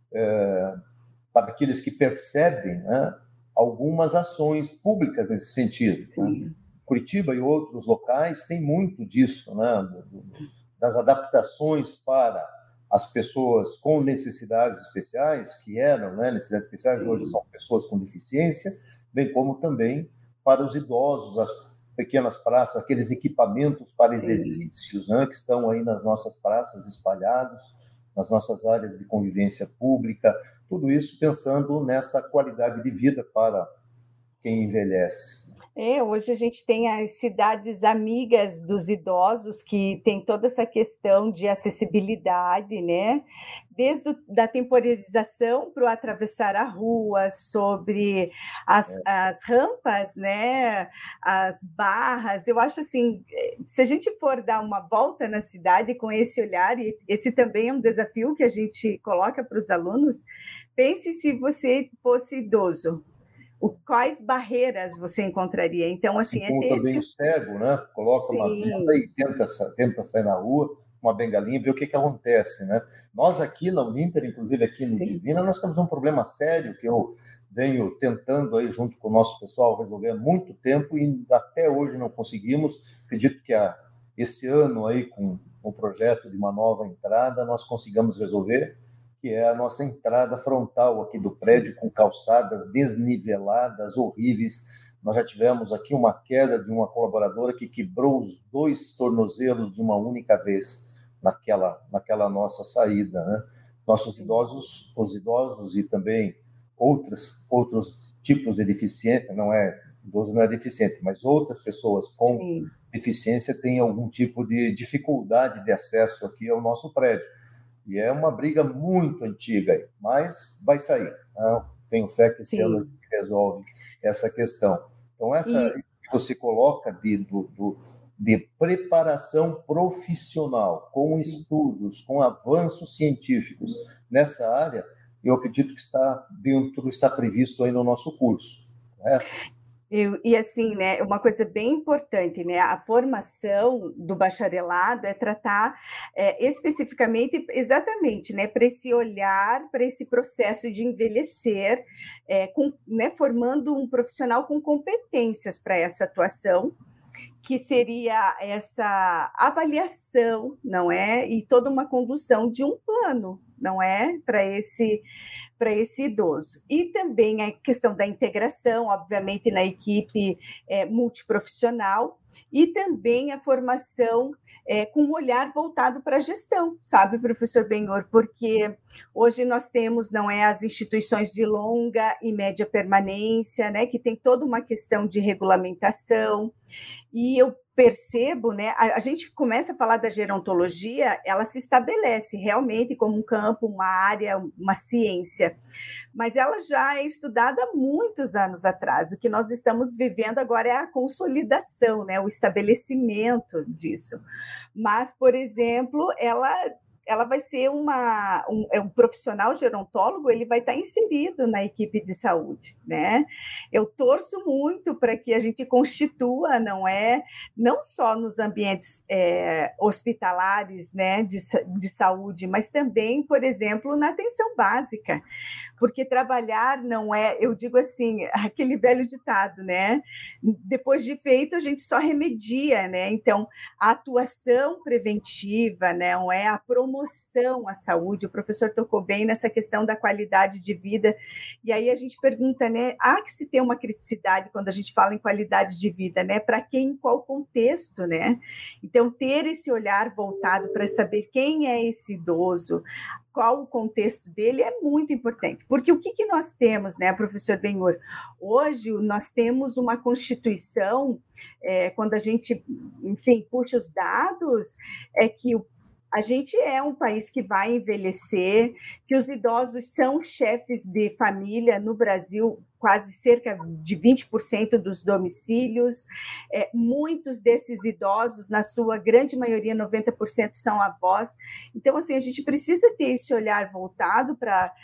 para aqueles que percebem, né, algumas ações públicas nesse sentido. Né? Curitiba e outros locais têm muito disso, né, das adaptações para as pessoas com necessidades especiais, que eram, né, necessidades especiais, hoje são pessoas com deficiência, bem como também para os idosos, as pequenas praças, aqueles equipamentos para exercícios, né, que estão aí nas nossas praças espalhados, nas nossas áreas de convivência pública, tudo isso pensando nessa qualidade de vida para quem envelhece. Hoje a gente tem as cidades amigas dos idosos, que tem toda essa questão de acessibilidade, né? Desde da temporização para o atravessar a rua, sobre as rampas, né? As barras. Eu acho assim, se a gente for dar uma volta na cidade com esse olhar, e esse também é um desafio que a gente coloca para os alunos, pense se você fosse idoso. Quais barreiras você encontraria? Então, assim, como também o cego, né? Coloca uma venda e tenta sair na rua, uma bengalinha e ver o que acontece, né? Nós aqui na Uninter, inclusive aqui no Divina, nós temos um problema sério que eu venho tentando aí junto com o nosso pessoal resolver há muito tempo e até hoje não conseguimos. Acredito que esse ano aí com o projeto de uma nova entrada nós consigamos resolver, que é a nossa entrada frontal aqui do prédio, com calçadas desniveladas, horríveis. Nós já tivemos aqui uma queda de uma colaboradora que quebrou os 2 tornozelos de uma única vez naquela nossa saída, né? Nossos idosos, os idosos e também outros tipos de deficiência, idoso não é deficiente, mas outras pessoas com deficiência têm algum tipo de dificuldade de acesso aqui ao nosso prédio. E é uma briga muito antiga, mas vai sair. Né? Tenho fé que esse ano a gente resolve essa questão. Então, isso que você coloca de preparação profissional, com estudos, com avanços científicos nessa área, eu acredito que está previsto aí no nosso curso. Correto? E assim, né, uma coisa bem importante, né, a formação do bacharelado é tratar especificamente, exatamente, né, para esse olhar, para esse processo de envelhecer, formando um profissional com competências para essa atuação, que seria essa avaliação, não é? E toda uma condução de um plano, não é? Para esse idoso. E também a questão da integração, obviamente, na equipe multiprofissional, e também a formação com um olhar voltado para a gestão, sabe, professor Benhor? Porque hoje nós temos, não é, as instituições de longa e média permanência, né, que tem toda uma questão de regulamentação, e eu percebo, né, a gente começa a falar da gerontologia, ela se estabelece realmente como um campo, uma área, uma ciência, mas ela já é estudada há muitos anos atrás. O que nós estamos vivendo agora é a consolidação, né, o estabelecimento disso. Mas, por exemplo, ela vai ser um profissional gerontólogo, ele vai estar inserido na equipe de saúde, né? Eu torço muito para que a gente constitua, não só nos ambientes hospitalares, né, de saúde, mas também, por exemplo, na atenção básica, porque trabalhar não é, eu digo assim, aquele velho ditado, né? Depois de feito, a gente só remedia, né? Então, a atuação preventiva, né, não é a promoção à saúde. O professor tocou bem nessa questão da qualidade de vida. E aí a gente pergunta, né? Há que se ter uma criticidade quando a gente fala em qualidade de vida, né? Para quem, em qual contexto, né? Então, ter esse olhar voltado para saber quem é esse idoso, qual o contexto dele é muito importante, porque o que nós temos, né, professor Benhor? Hoje nós temos uma Constituição, quando a gente, enfim, puxa os dados, é que a gente é um país que vai envelhecer, que os idosos são chefes de família no Brasil, quase cerca de 20% dos domicílios. Muitos desses idosos, na sua grande maioria, 90%, são avós. Então, assim, a gente precisa ter esse olhar voltado para,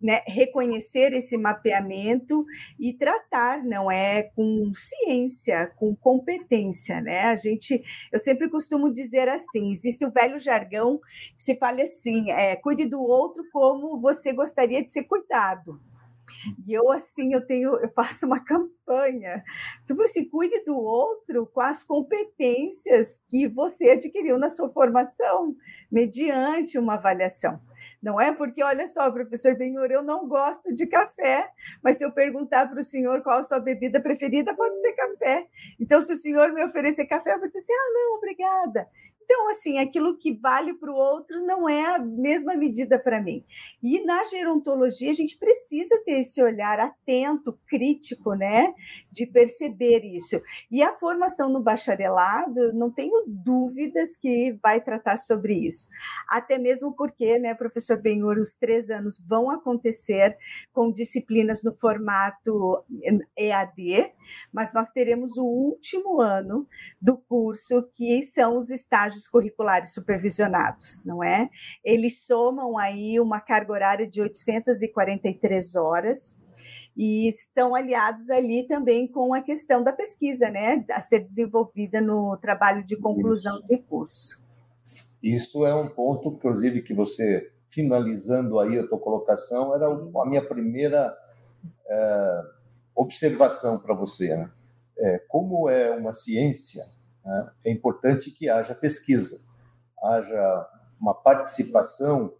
né, reconhecer esse mapeamento e tratar, não é, com ciência, com competência, né? Eu sempre costumo dizer assim, existe o velho jargão que se fala assim, cuide do outro como você gostaria de ser cuidado. E eu, assim, eu faço uma campanha, tipo assim, cuide do outro com as competências que você adquiriu na sua formação, mediante uma avaliação. Não é porque, olha só, professor Benhur, eu não gosto de café, mas se eu perguntar para o senhor qual a sua bebida preferida, pode ser café. Então, se o senhor me oferecer café, eu vou dizer assim, não, obrigada. Então, assim, aquilo que vale para o outro não é a mesma medida para mim. E na gerontologia, a gente precisa ter esse olhar atento, crítico, né, de perceber isso. E a formação no bacharelado, não tenho dúvidas que vai tratar sobre isso. Até mesmo porque, né, professor Benhur, os 3 anos vão acontecer com disciplinas no formato EAD, mas nós teremos o último ano do curso, que são os estágios curriculares supervisionados, não é? Eles somam aí uma carga horária de 843 horas e estão aliados ali também com a questão da pesquisa, né, a ser desenvolvida no trabalho de conclusão de curso. Isso é um ponto, inclusive, que você, finalizando aí a tua colocação, era a minha primeira observação para você, né? Como é uma ciência, né, é importante que haja pesquisa, haja uma participação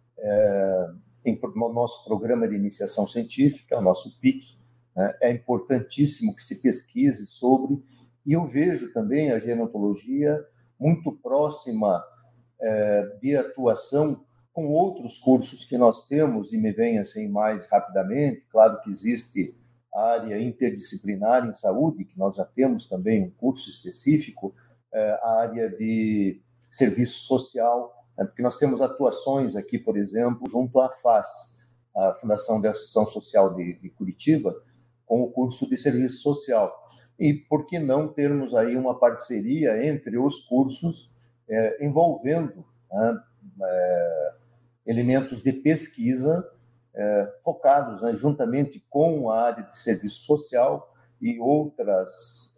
no nosso programa de iniciação científica, o nosso PIC, né? É importantíssimo que se pesquise sobre, e eu vejo também a gerontologia muito próxima de atuação com outros cursos que nós temos, e me vem assim mais rapidamente, claro que existe a área interdisciplinar em saúde, que nós já temos também um curso específico, a área de serviço social, né, porque nós temos atuações aqui, por exemplo, junto à FAS, a Fundação de Assistência Social de Curitiba, com o curso de serviço social. E por que não termos aí uma parceria entre os cursos envolvendo, né, elementos de pesquisa focados, né, juntamente com a área de serviço social e outras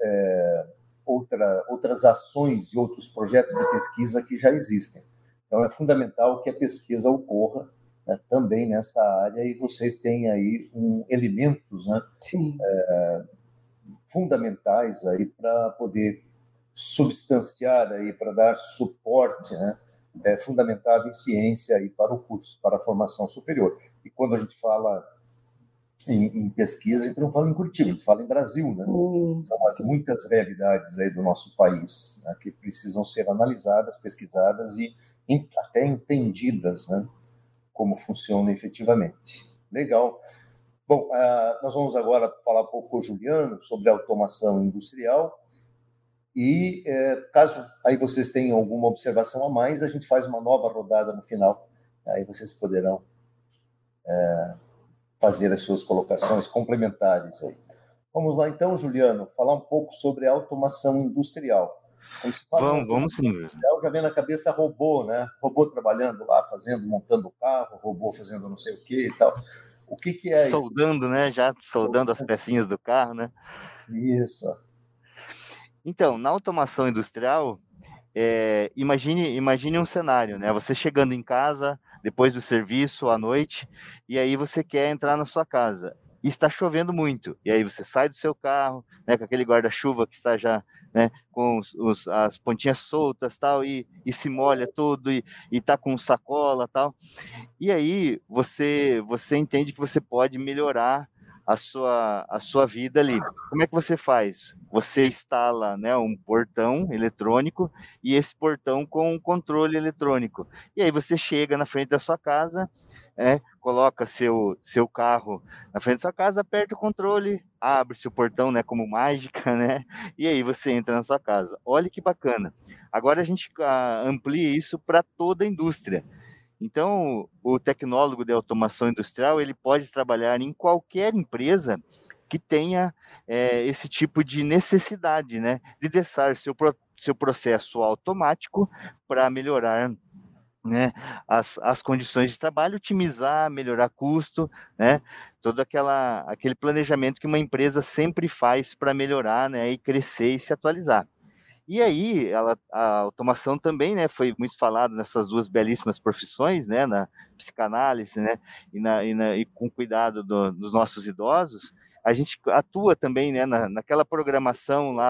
ações e outros projetos de pesquisa que já existem. Então, é fundamental que a pesquisa ocorra, né, também nessa área, e vocês têm aí elementos, né, fundamentais aí para poder substanciar, aí, para dar suporte, né, fundamental em ciência aí para o curso, para a formação superior. E quando a gente fala em pesquisa, a gente não fala em Curitiba, a gente fala em Brasil, né? São muitas realidades aí do nosso país, né, que precisam ser analisadas, pesquisadas e até entendidas, né, como funcionam efetivamente. Legal. Bom, nós vamos agora falar um pouco com o Juliano sobre automação industrial. E caso aí vocês tenham alguma observação a mais, a gente faz uma nova rodada no final. Aí vocês poderão fazer as suas colocações complementares aí. Vamos lá então, Juliano, falar um pouco sobre a automação industrial. Vamos sim. Já vem na cabeça robô, né? Robô trabalhando lá, montando o carro, robô fazendo não sei o que e tal. O que é isso? Soldando, né? Já soldando as pecinhas do carro, né? Isso. Então, na automação industrial, imagine um cenário, né? Você chegando em casa, depois do serviço, à noite, e aí você quer entrar na sua casa. E está chovendo muito, e aí você sai do seu carro, né, com aquele guarda-chuva que está já, né, com as pontinhas soltas, tal, e se molha tudo, e está com sacola, tal. E aí você entende que você pode melhorar a sua vida ali. Como é que você faz? Você instala, né, um portão eletrônico, e esse portão com um controle eletrônico. E aí você chega na frente da sua casa, coloca seu carro na frente da sua casa, aperta o controle, abre-se o portão, né, como mágica, né, e aí você entra na sua casa. Olha que bacana. Agora a gente amplia isso para toda a indústria. Então, o tecnólogo de automação industrial, ele pode trabalhar em qualquer empresa que tenha esse tipo de necessidade, né, de deixar seu processo automático para melhorar né, as condições de trabalho, otimizar, melhorar custo, né, todo aquele planejamento que uma empresa sempre faz para melhorar, né, e crescer e se atualizar. E aí, a automação também, né, foi muito falado nessas duas belíssimas profissões, né, na psicanálise, né, e com cuidado dos nossos idosos. A gente atua também, né, naquela programação lá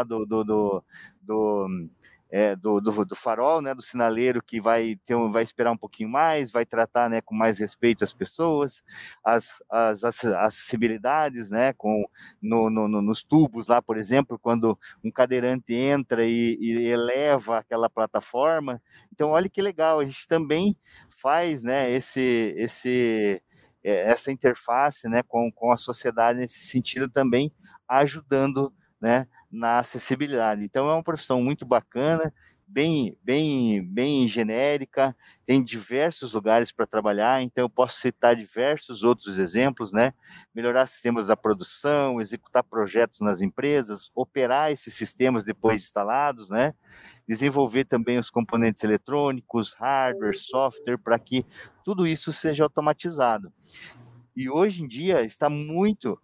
do farol, né, do sinaleiro, que vai esperar um pouquinho mais, vai tratar, né, com mais respeito as pessoas, as acessibilidades, né, nos tubos lá, por exemplo, quando um cadeirante entra e eleva aquela plataforma. Então, olha que legal, a gente também faz, né, essa interface, né, com a sociedade nesse sentido também, ajudando, né, na acessibilidade. Então, é uma profissão muito bacana, bem genérica, tem diversos lugares para trabalhar, então eu posso citar diversos outros exemplos, né? Melhorar sistemas da produção, executar projetos nas empresas, operar esses sistemas depois instalados, né? Desenvolver também os componentes eletrônicos, hardware, software, para que tudo isso seja automatizado. E hoje em dia está muito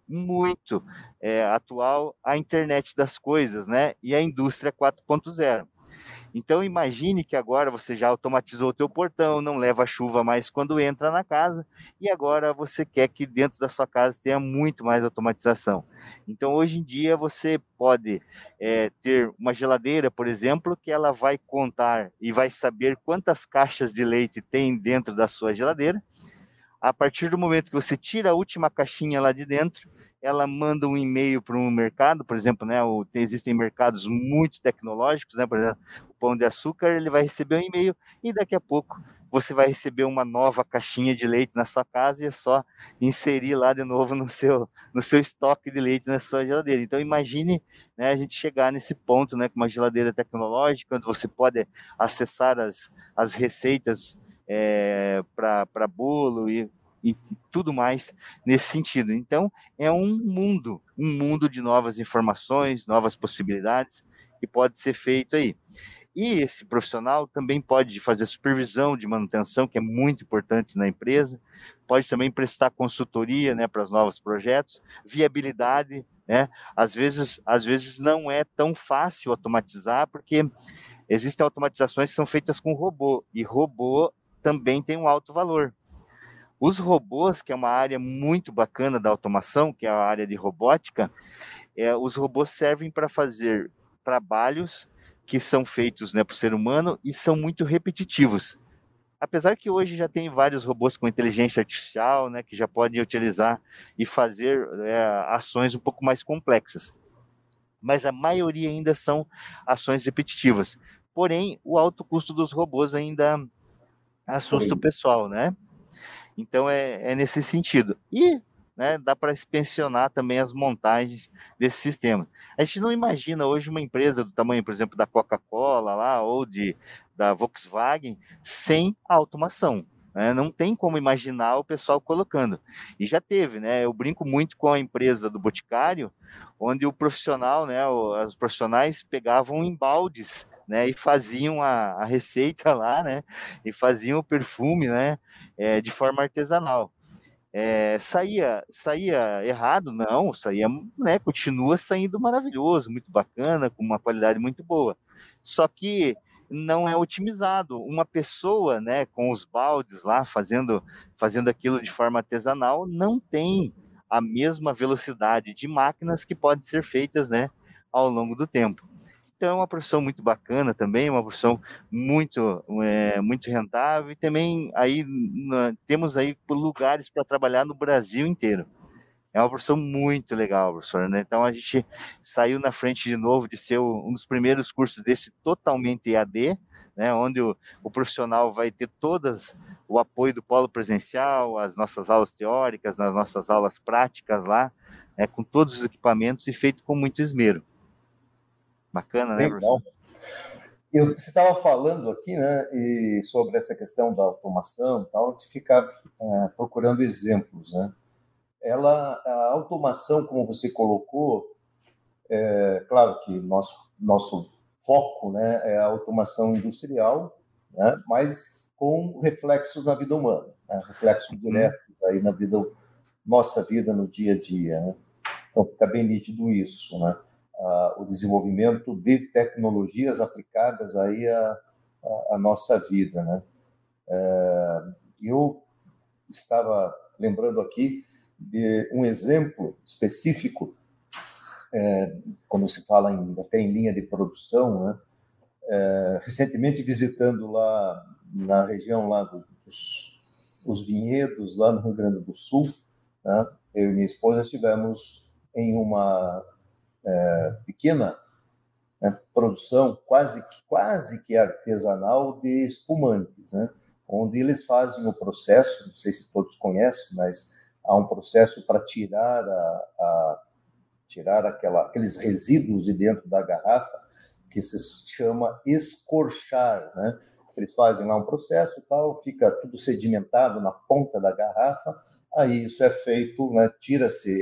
atual a internet das coisas, né? E a indústria 4.0. Então imagine que agora você já automatizou o teu portão, não leva chuva mais quando entra na casa, e agora você quer que dentro da sua casa tenha muito mais automatização. Então hoje em dia você pode ter uma geladeira, por exemplo, que ela vai contar e vai saber quantas caixas de leite tem dentro da sua geladeira. A partir do momento que você tira a última caixinha lá de dentro, ela manda um e-mail para um mercado, por exemplo, né, existem mercados muito tecnológicos, né, por exemplo, o Pão de Açúcar, ele vai receber um e-mail e daqui a pouco você vai receber uma nova caixinha de leite na sua casa e é só inserir lá de novo no seu estoque de leite na sua geladeira. Então imagine, né, a gente chegar nesse ponto, né, com uma geladeira tecnológica, onde você pode acessar as receitas para bolo e tudo mais nesse sentido. Então, é um mundo de novas informações, novas possibilidades que pode ser feito aí. E esse profissional também pode fazer supervisão de manutenção, que é muito importante na empresa, pode também prestar consultoria, né, para os novos projetos, viabilidade, né? Às vezes não é tão fácil automatizar, porque existem automatizações que são feitas com robô, e robô também tem um alto valor. Os robôs, que é uma área muito bacana da automação, que é a área de robótica, os robôs servem para fazer trabalhos que são feitos, né, por ser humano e são muito repetitivos. Apesar que hoje já tem vários robôs com inteligência artificial, né, que já podem utilizar e fazer ações um pouco mais complexas. Mas a maioria ainda são ações repetitivas. Porém, o alto custo dos robôs ainda assusta o pessoal, né? Então é nesse sentido. E, né, dá para inspecionar também as montagens desse sistema. A gente não imagina hoje uma empresa do tamanho, por exemplo, da Coca-Cola lá, ou da Volkswagen, sem automação. Né? Não tem como imaginar o pessoal colocando. E já teve, né? Eu brinco muito com a empresa do Boticário, onde o profissional, né, os profissionais pegavam em baldes, né, e faziam a receita lá, né, e faziam o perfume, né, de forma artesanal. Saía errado? Não, saía, né, continua saindo maravilhoso, muito bacana, com uma qualidade muito boa. Só que não é otimizado. Uma pessoa, né, com os baldes lá, fazendo aquilo de forma artesanal, não tem a mesma velocidade de máquinas que podem ser feitas, né, ao longo do tempo. Então é uma profissão muito bacana também, uma profissão muito rentável, e também aí temos aí lugares para trabalhar no Brasil inteiro. É uma profissão muito legal, professor, né? Então a gente saiu na frente de novo de ser um dos primeiros cursos desse totalmente EAD, né? Onde o profissional vai ter todas o apoio do polo presencial, as nossas aulas teóricas, as nossas aulas práticas lá, com todos os equipamentos e feito com muito esmero. Bacana, né, legal. Você estava falando aqui, né, sobre essa questão da automação e tal, de ficar procurando exemplos, né? A automação, como você colocou, claro que nosso foco, né, é a automação industrial, né, mas com reflexos na vida humana, né? Reflexos diretos aí na vida, nossa vida no dia a dia, né? Então fica bem nítido isso, né? O desenvolvimento de tecnologias aplicadas aí à nossa vida, né? Eu estava lembrando aqui de um exemplo específico, quando se fala até em linha de produção, né? Recentemente visitando lá na região lá dos vinhedos, lá no Rio Grande do Sul, né? Eu e minha esposa estivemos em uma pequena, né, produção quase que artesanal de espumantes, né? Onde eles fazem o processo, não sei se todos conhecem, mas há um processo para tirar aqueles resíduos de dentro da garrafa, que se chama escorchar, né? Eles fazem lá um processo e tal, fica tudo sedimentado na ponta da garrafa, aí isso é feito, né? Tira-se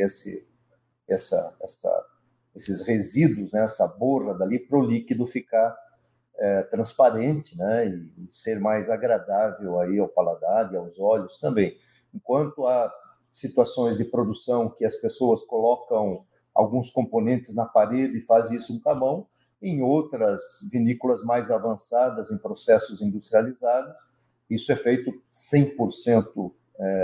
esses resíduos, né? Essa borra dali, para o líquido ficar transparente, né? E ser mais agradável aí ao paladar e aos olhos também. Enquanto há situações de produção que as pessoas colocam alguns componentes na parede e fazem isso com a mão, em outras vinícolas mais avançadas, em processos industrializados, isso é feito 100%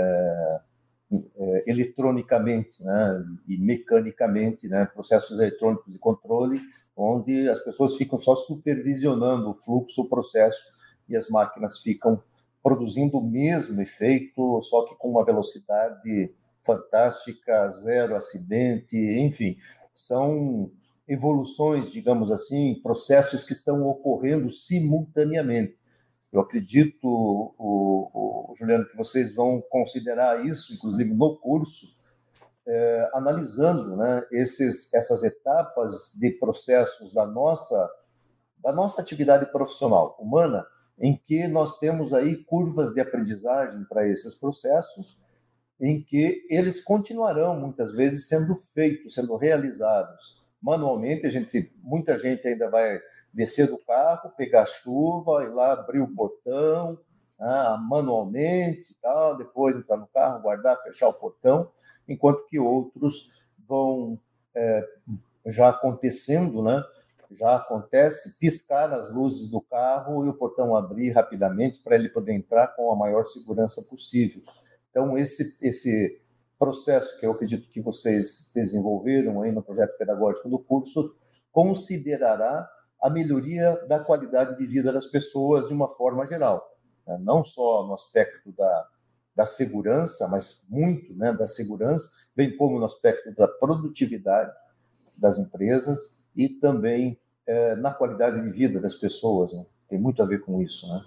eletronicamente, né, e mecanicamente, né, processos eletrônicos de controle, onde as pessoas ficam só supervisionando o fluxo, o processo, e as máquinas ficam produzindo o mesmo efeito, só que com uma velocidade fantástica, zero acidente, enfim, são evoluções, digamos assim, processos que estão ocorrendo simultaneamente. Eu acredito, Juliano, que vocês vão considerar isso, inclusive no curso, analisando, né, essas etapas de processos da nossa atividade profissional humana, em que nós temos aí curvas de aprendizagem para esses processos, em que eles continuarão, muitas vezes, sendo feitos, sendo realizados manualmente. Muita gente ainda vai descer do carro, pegar chuva, ir lá abrir o portão, manualmente, tal, depois entrar no carro, guardar, fechar o portão, enquanto que outros vão já acontecendo, né? Já acontece, piscar as luzes do carro e o portão abrir rapidamente para ele poder entrar com a maior segurança possível. Então, esse processo que eu acredito que vocês desenvolveram aí no projeto pedagógico do curso considerará a melhoria da qualidade de vida das pessoas de uma forma geral, né? Não só no aspecto da segurança, mas muito, né, da segurança, bem como no aspecto da produtividade das empresas e também na qualidade de vida das pessoas, né? Tem muito a ver com isso, né?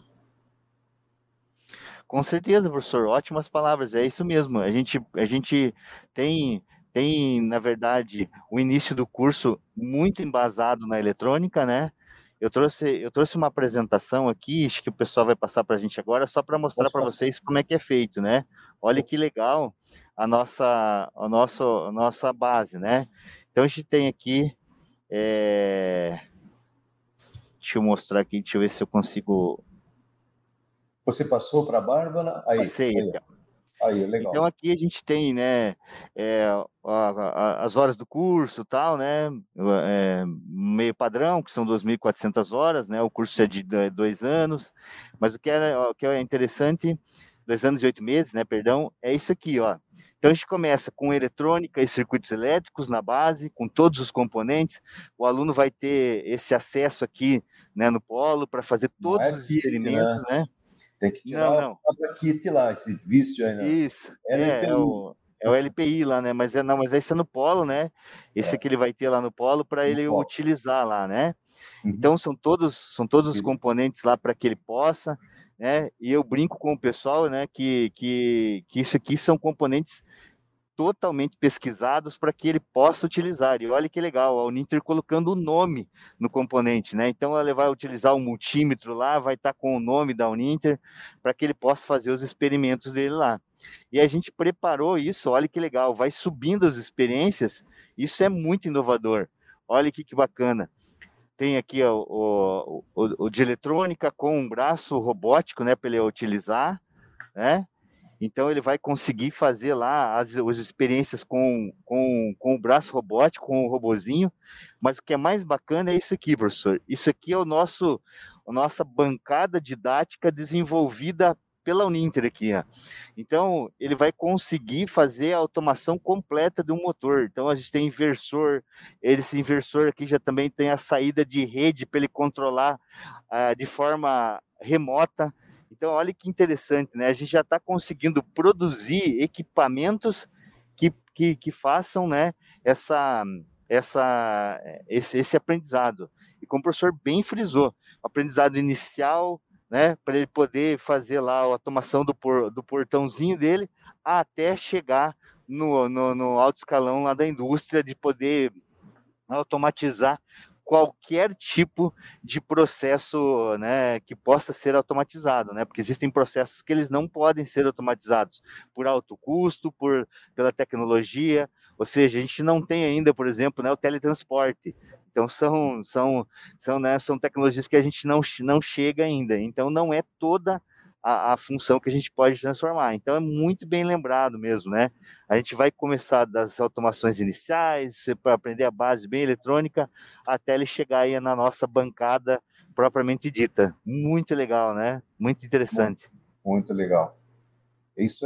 Com certeza, professor, ótimas palavras, é isso mesmo. A gente tem, na verdade, o início do curso muito embasado na eletrônica, né? Eu trouxe uma apresentação aqui, acho que o pessoal vai passar para a gente agora, só para mostrar para vocês como é que é feito, né? Olha que legal a nossa base, né? Então, a gente tem aqui, deixa eu mostrar aqui, deixa eu ver se eu consigo... Você passou para a Bárbara? Passei. Aí, legal. Então aqui a gente tem, né, as horas do curso, tal, né, meio padrão, que são 2.400 horas, né, o curso é de 2 anos, mas o que é interessante, 2 anos e 8 meses, né, perdão, é isso aqui, ó. Então a gente começa com eletrônica e circuitos elétricos na base, com todos os componentes. O aluno vai ter esse acesso aqui, né, no polo para fazer todos os experimentos, né? Tem que tirar o kit lá, esse vício aí, né? Isso, é o LPI lá, né? Mas esse é no polo, né? Esse aqui ele vai ter lá no polo para ele utilizar lá, né? Então são todos os componentes lá para que ele possa, né? E eu brinco com o pessoal, né? Que isso aqui são componentes totalmente pesquisados para que ele possa utilizar. E olha que legal, a Uninter colocando o nome no componente, né? Então ele vai utilizar o multímetro lá, vai estar com o nome da Uninter para que ele possa fazer os experimentos dele lá. E a gente preparou isso, olha que legal, vai subindo as experiências, isso é muito inovador. Olha que bacana. tem aqui o de eletrônica com um braço robótico, né, para ele utilizar, né? Então ele vai conseguir fazer lá as experiências com o braço robótico, com o robozinho. Mas o que é mais bacana é isso aqui, professor. Isso aqui é a nossa bancada didática desenvolvida pela Uninter aqui, ó. Então ele vai conseguir fazer a automação completa de um motor. Então a gente tem inversor, esse inversor aqui já também tem a saída de rede para ele controlar de forma remota. Então, olha que interessante, né? A gente já está conseguindo produzir equipamentos que façam, né, esse aprendizado. E como o professor bem frisou, aprendizado inicial, né, para ele poder fazer lá a automação do portãozinho dele, até chegar no alto escalão lá da indústria, de poder automatizar qualquer tipo de processo, né, que possa ser automatizado, né, porque existem processos que eles não podem ser automatizados por alto custo, pela tecnologia, ou seja, a gente não tem ainda, por exemplo, né, o teletransporte. Então são tecnologias que a gente não chega ainda, então não é toda a função que a gente pode transformar. Então é muito bem lembrado mesmo, né? A gente vai começar das automações iniciais, para aprender a base bem eletrônica, até ele chegar aí na nossa bancada propriamente dita. Muito legal, né? Muito interessante. Muito legal. Isso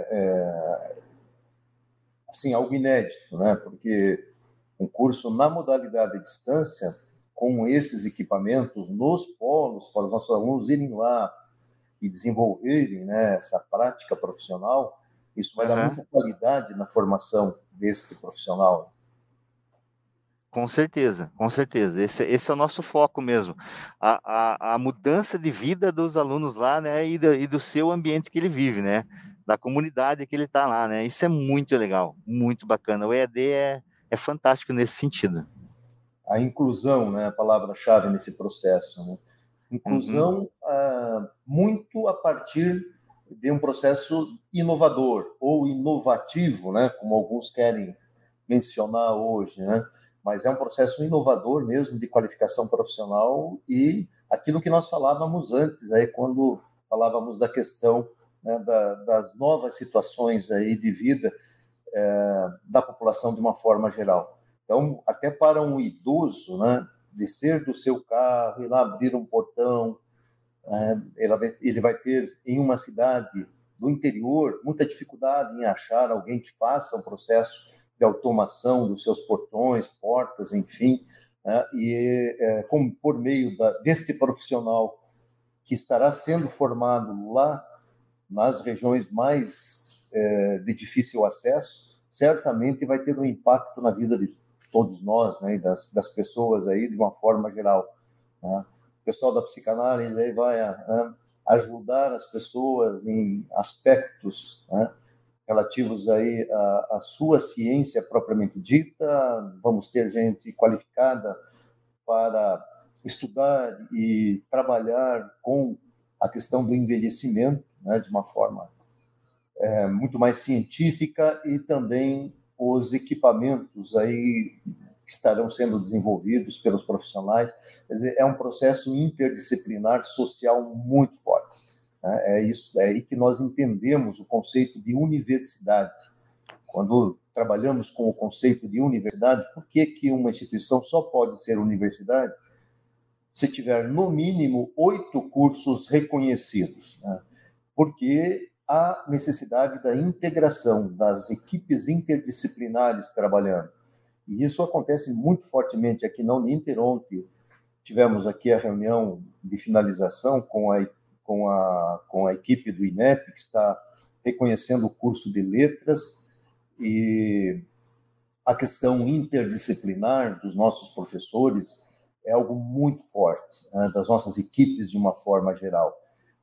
assim, algo inédito, né? Porque um curso na modalidade de distância, com esses equipamentos nos polos, para os nossos alunos irem lá e desenvolverem, né, essa prática profissional, isso vai dar muita qualidade na formação deste profissional. Com certeza, com certeza. Esse é o nosso foco mesmo. A mudança de vida dos alunos lá, né, e do seu ambiente que ele vive, né, da comunidade que ele está lá, né. Isso é muito legal, muito bacana. O EAD é fantástico nesse sentido. A inclusão, né, a palavra-chave nesse processo, né? Inclusão muito a partir de um processo inovador ou inovativo, né, como alguns querem mencionar hoje, né? Mas é um processo inovador mesmo de qualificação profissional e aquilo que nós falávamos antes, aí, quando falávamos da questão, né, das novas situações aí de vida da população de uma forma geral. Então, até para um idoso, né, descer do seu carro, ir lá abrir um portão, ele vai ter, em uma cidade do interior, muita dificuldade em achar alguém que faça um processo de automação dos seus portões, portas, enfim, né, e como por meio deste profissional que estará sendo formado lá nas regiões mais de difícil acesso, certamente vai ter um impacto na vida de todos nós, né, e das pessoas aí de uma forma geral, né? O pessoal da psicanálise aí vai ajudar as pessoas em aspectos, né, relativos aí à sua ciência propriamente dita. Vamos ter gente qualificada para estudar e trabalhar com a questão do envelhecimento, né, de uma forma muito mais científica, e também os equipamentos aí estarão sendo desenvolvidos pelos profissionais. Quer dizer, é um processo interdisciplinar social muito forte, né? É aí que nós entendemos o conceito de universidade. Quando trabalhamos com o conceito de universidade, por que uma instituição só pode ser universidade se tiver, no mínimo, 8 cursos reconhecidos, né? Porque há necessidade da integração das equipes interdisciplinares trabalhando. E isso acontece muito fortemente aqui na Uninter. Ontem tivemos aqui a reunião de finalização com a equipe do INEP, que está reconhecendo o curso de letras, e a questão interdisciplinar dos nossos professores é algo muito forte, né, das nossas equipes de uma forma geral.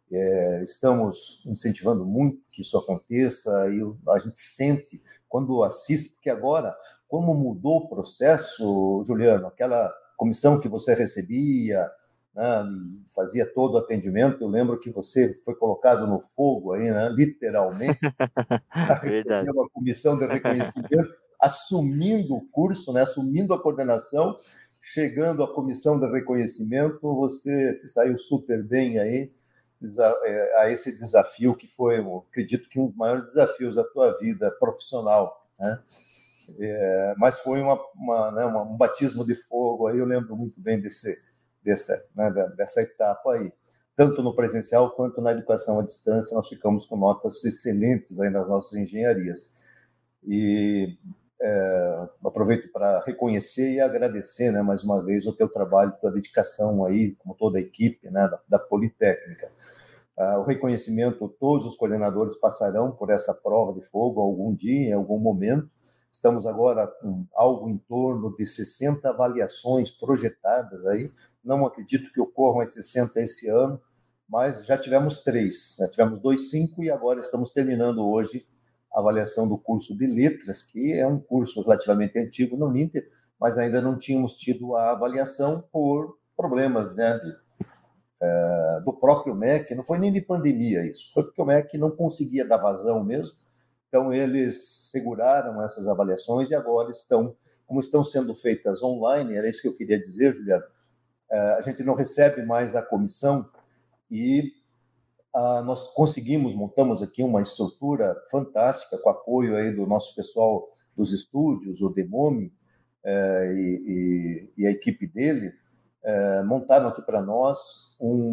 Estamos incentivando muito que isso aconteça, e a gente sente quando assiste, porque agora, como mudou o processo, Juliano, aquela comissão que você recebia, né, fazia todo o atendimento, eu lembro que você foi colocado no fogo aí, né, literalmente, para receber uma comissão de reconhecimento, assumindo o curso, né, assumindo a coordenação, chegando à comissão de reconhecimento, você se saiu super bem aí a esse desafio que foi, eu acredito que um dos maiores desafios da tua vida profissional, né? Mas foi um batismo de fogo, aí eu lembro muito bem dessa etapa aí. Tanto no presencial quanto na educação à distância, nós ficamos com notas excelentes aí nas nossas engenharias. E aproveito para reconhecer e agradecer, né, mais uma vez, o teu trabalho, tua dedicação aí, como toda a equipe, né, da Politécnica. O reconhecimento, todos os coordenadores passarão por essa prova de fogo algum dia, em algum momento. Estamos agora com algo em torno de 60 avaliações projetadas aí. Não acredito que ocorram as 60 esse ano, mas já tivemos 3, né? Tivemos 2, 5 e agora estamos terminando hoje a avaliação do curso de letras, que é um curso relativamente antigo no Uninter, mas ainda não tínhamos tido a avaliação por problemas, né, do próprio MEC. Não foi nem de pandemia isso, foi porque o MEC não conseguia dar vazão mesmo, então eles seguraram essas avaliações e agora como estão sendo feitas online, era isso que eu queria dizer, Juliano, a gente não recebe mais a comissão e nós montamos aqui uma estrutura fantástica com apoio aí do nosso pessoal dos estúdios, o Demomi e a equipe dele, montaram aqui para nós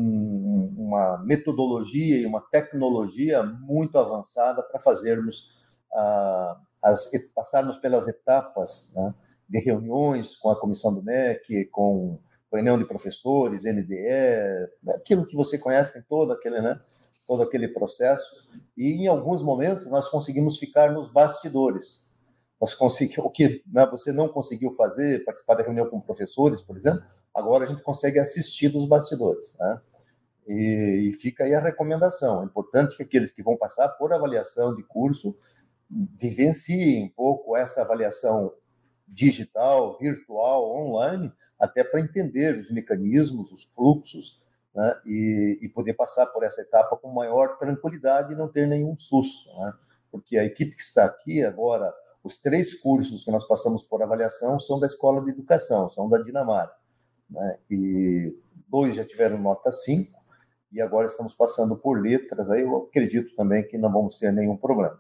uma metodologia e uma tecnologia muito avançada para fazermos passarmos pelas etapas, né, de reuniões com a comissão do MEC, com reunião de professores, NDE, aquilo que você conhece, tem todo aquele processo, e em alguns momentos nós conseguimos ficar nos bastidores. O que, né, você não conseguiu fazer, participar da reunião com professores, por exemplo, agora a gente consegue assistir dos bastidores, né? E fica aí a recomendação. É importante que aqueles que vão passar por avaliação de curso vivenciem um pouco essa avaliação digital, virtual, online, até para entender os mecanismos, os fluxos, né, e poder passar por essa etapa com maior tranquilidade e não ter nenhum susto, né? Porque a equipe que está aqui agora, os 3 cursos que nós passamos por avaliação são da Escola de Educação, são da Dinamarca, né? E 2 já tiveram nota 5 e agora estamos passando por letras, aí eu acredito também que não vamos ter nenhum problema.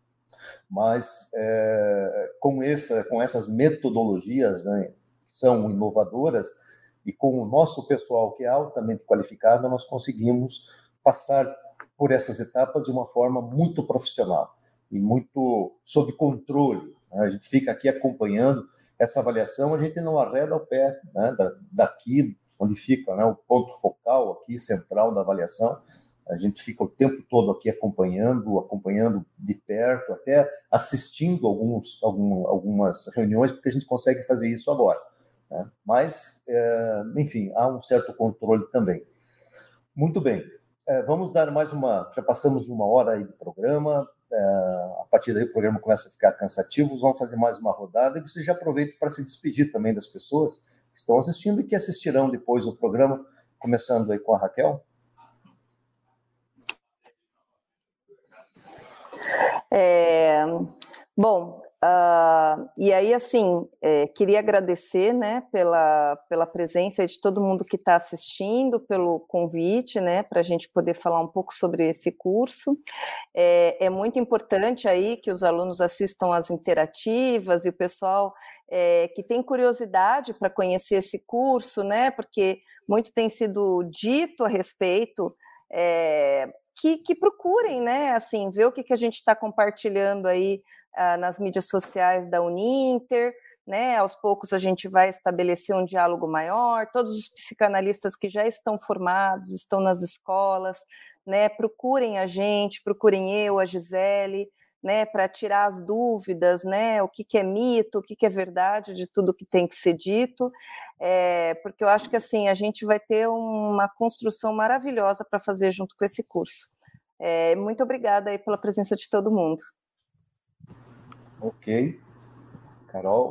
Mas com essas metodologias, né, que são inovadoras, e com o nosso pessoal que é altamente qualificado, nós conseguimos passar por essas etapas de uma forma muito profissional e muito sob controle, né? A gente fica aqui acompanhando essa avaliação, a gente não arreda o pé, né, daqui onde fica, né, o ponto focal aqui, central da avaliação. A gente fica o tempo todo aqui acompanhando de perto, até assistindo algumas reuniões, porque a gente consegue fazer isso agora, né? Mas, enfim, há um certo controle também. Muito bem, vamos dar já passamos de 1 hora aí do programa, a partir daí o programa começa a ficar cansativo, vamos fazer mais uma rodada, e você já aproveita para se despedir também das pessoas que estão assistindo e que assistirão depois do programa, começando aí com a Raquel. Bom, e aí, assim, queria agradecer, né, pela presença de todo mundo que está assistindo, pelo convite, né, para a gente poder falar um pouco sobre esse curso. É muito importante aí que os alunos assistam às interativas e o pessoal que tem curiosidade para conhecer esse curso, né, porque muito tem sido dito a respeito, que procurem, né, assim, ver o que a gente está compartilhando aí nas mídias sociais da Uninter, né, aos poucos a gente vai estabelecer um diálogo maior, todos os psicanalistas que já estão formados, estão nas escolas, né, procurem a gente, procurem eu, a Gisele, né, para tirar as dúvidas, né, o que é mito, o que é verdade de tudo que tem que ser dito, porque eu acho que assim, a gente vai ter uma construção maravilhosa para fazer junto com esse curso. Muito obrigada aí pela presença de todo mundo. Ok. Carol?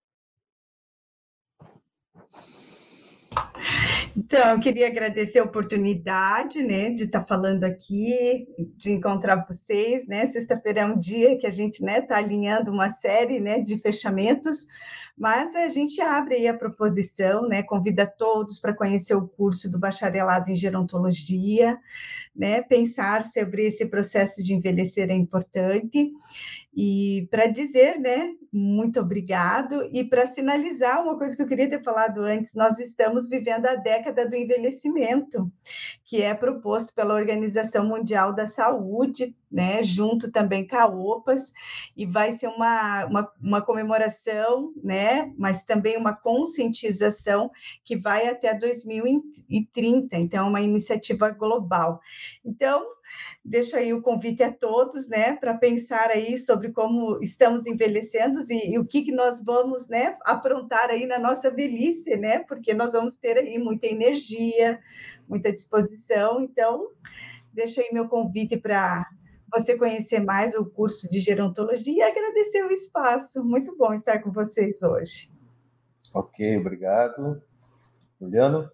Então, eu queria agradecer a oportunidade, né, de estar falando aqui, de encontrar vocês, né, sexta-feira é um dia que a gente, né, está alinhando uma série, né, de fechamentos, Mas a gente abre aí a proposição, né? Convida todos para conhecer o curso do bacharelado em gerontologia, né? Pensar sobre esse processo de envelhecer é importante. E para dizer, né, muito obrigado, e para sinalizar uma coisa que eu queria ter falado antes, nós estamos vivendo a década do envelhecimento, que é proposto pela Organização Mundial da Saúde, né, junto também com a OPAS, e vai ser uma comemoração, né, mas também uma conscientização que vai até 2030, então é uma iniciativa global. Então, deixo aí o convite a todos, né, para pensar aí sobre como estamos envelhecendo e o que nós vamos, né, aprontar aí na nossa velhice, né, porque nós vamos ter aí muita energia, muita disposição. Então, deixo aí meu convite para você conhecer mais o curso de gerontologia e agradecer o espaço. Muito bom estar com vocês hoje. Ok, obrigado. Juliano?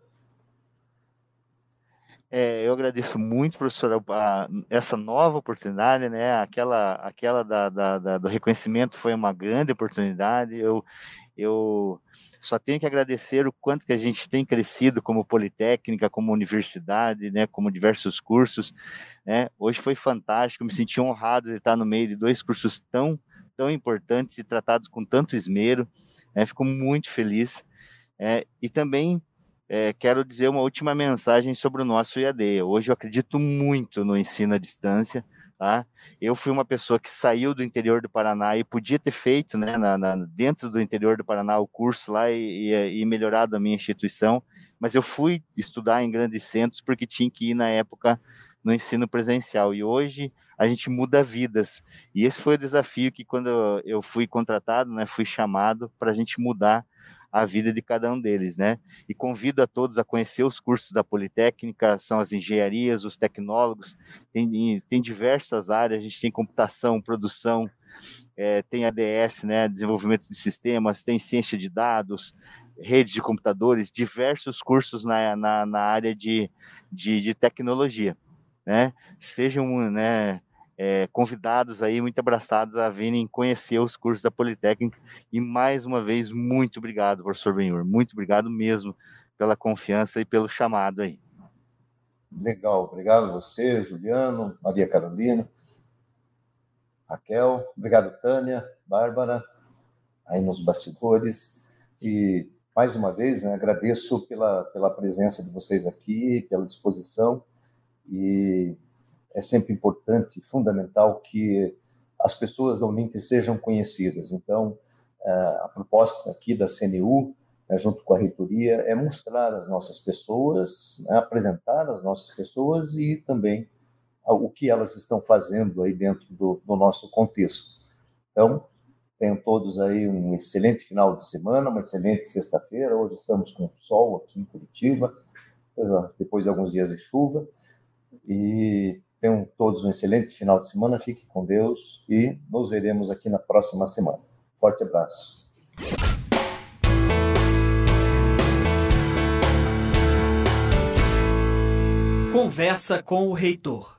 Eu agradeço muito, professora, essa nova oportunidade, né? Aquela do reconhecimento foi uma grande oportunidade. Eu só tenho que agradecer o quanto que a gente tem crescido como politécnica, como universidade, né? Como diversos cursos, né? Hoje foi fantástico, me senti honrado de estar no meio de 2 cursos tão importantes e tratados com tanto esmero, né? Fico muito feliz. E também quero dizer uma última mensagem sobre o nosso IAD. Hoje eu acredito muito no ensino à distância, tá? Eu fui uma pessoa que saiu do interior do Paraná e podia ter feito, né, dentro do interior do Paraná o curso lá e melhorado a minha instituição, mas eu fui estudar em grandes centros porque tinha que ir na época no ensino presencial, e hoje a gente muda vidas, e esse foi o desafio que quando eu fui contratado, né, fui chamado para a gente mudar a vida de cada um deles, né? E convido a todos a conhecer os cursos da Politécnica, são as engenharias, os tecnólogos, tem diversas áreas, a gente tem computação, produção, tem ADS, né, desenvolvimento de sistemas, tem ciência de dados, redes de computadores, diversos cursos na área de tecnologia, né? Sejam, né, convidados aí, muito abraçados a virem conhecer os cursos da Politécnica. E mais uma vez, muito obrigado, professor Benhur, muito obrigado mesmo pela confiança e pelo chamado aí. Legal, obrigado a você, Juliano, Maria Carolina, Raquel, obrigado, Tânia, Bárbara, aí nos bastidores, e mais uma vez, né, agradeço pela presença de vocês aqui, pela disposição, e é sempre importante, fundamental, que as pessoas da Uninter sejam conhecidas. Então, a proposta aqui da CNU, né, junto com a reitoria, é mostrar as nossas pessoas, né, apresentar as nossas pessoas e também o que elas estão fazendo aí dentro do nosso contexto. Então, tenham todos aí um excelente final de semana, uma excelente sexta-feira. Hoje estamos com sol aqui em Curitiba, depois de alguns dias de chuva, e tenham todos um excelente final de semana, fiquem com Deus e nos veremos aqui na próxima semana. Forte abraço. Conversa com o reitor.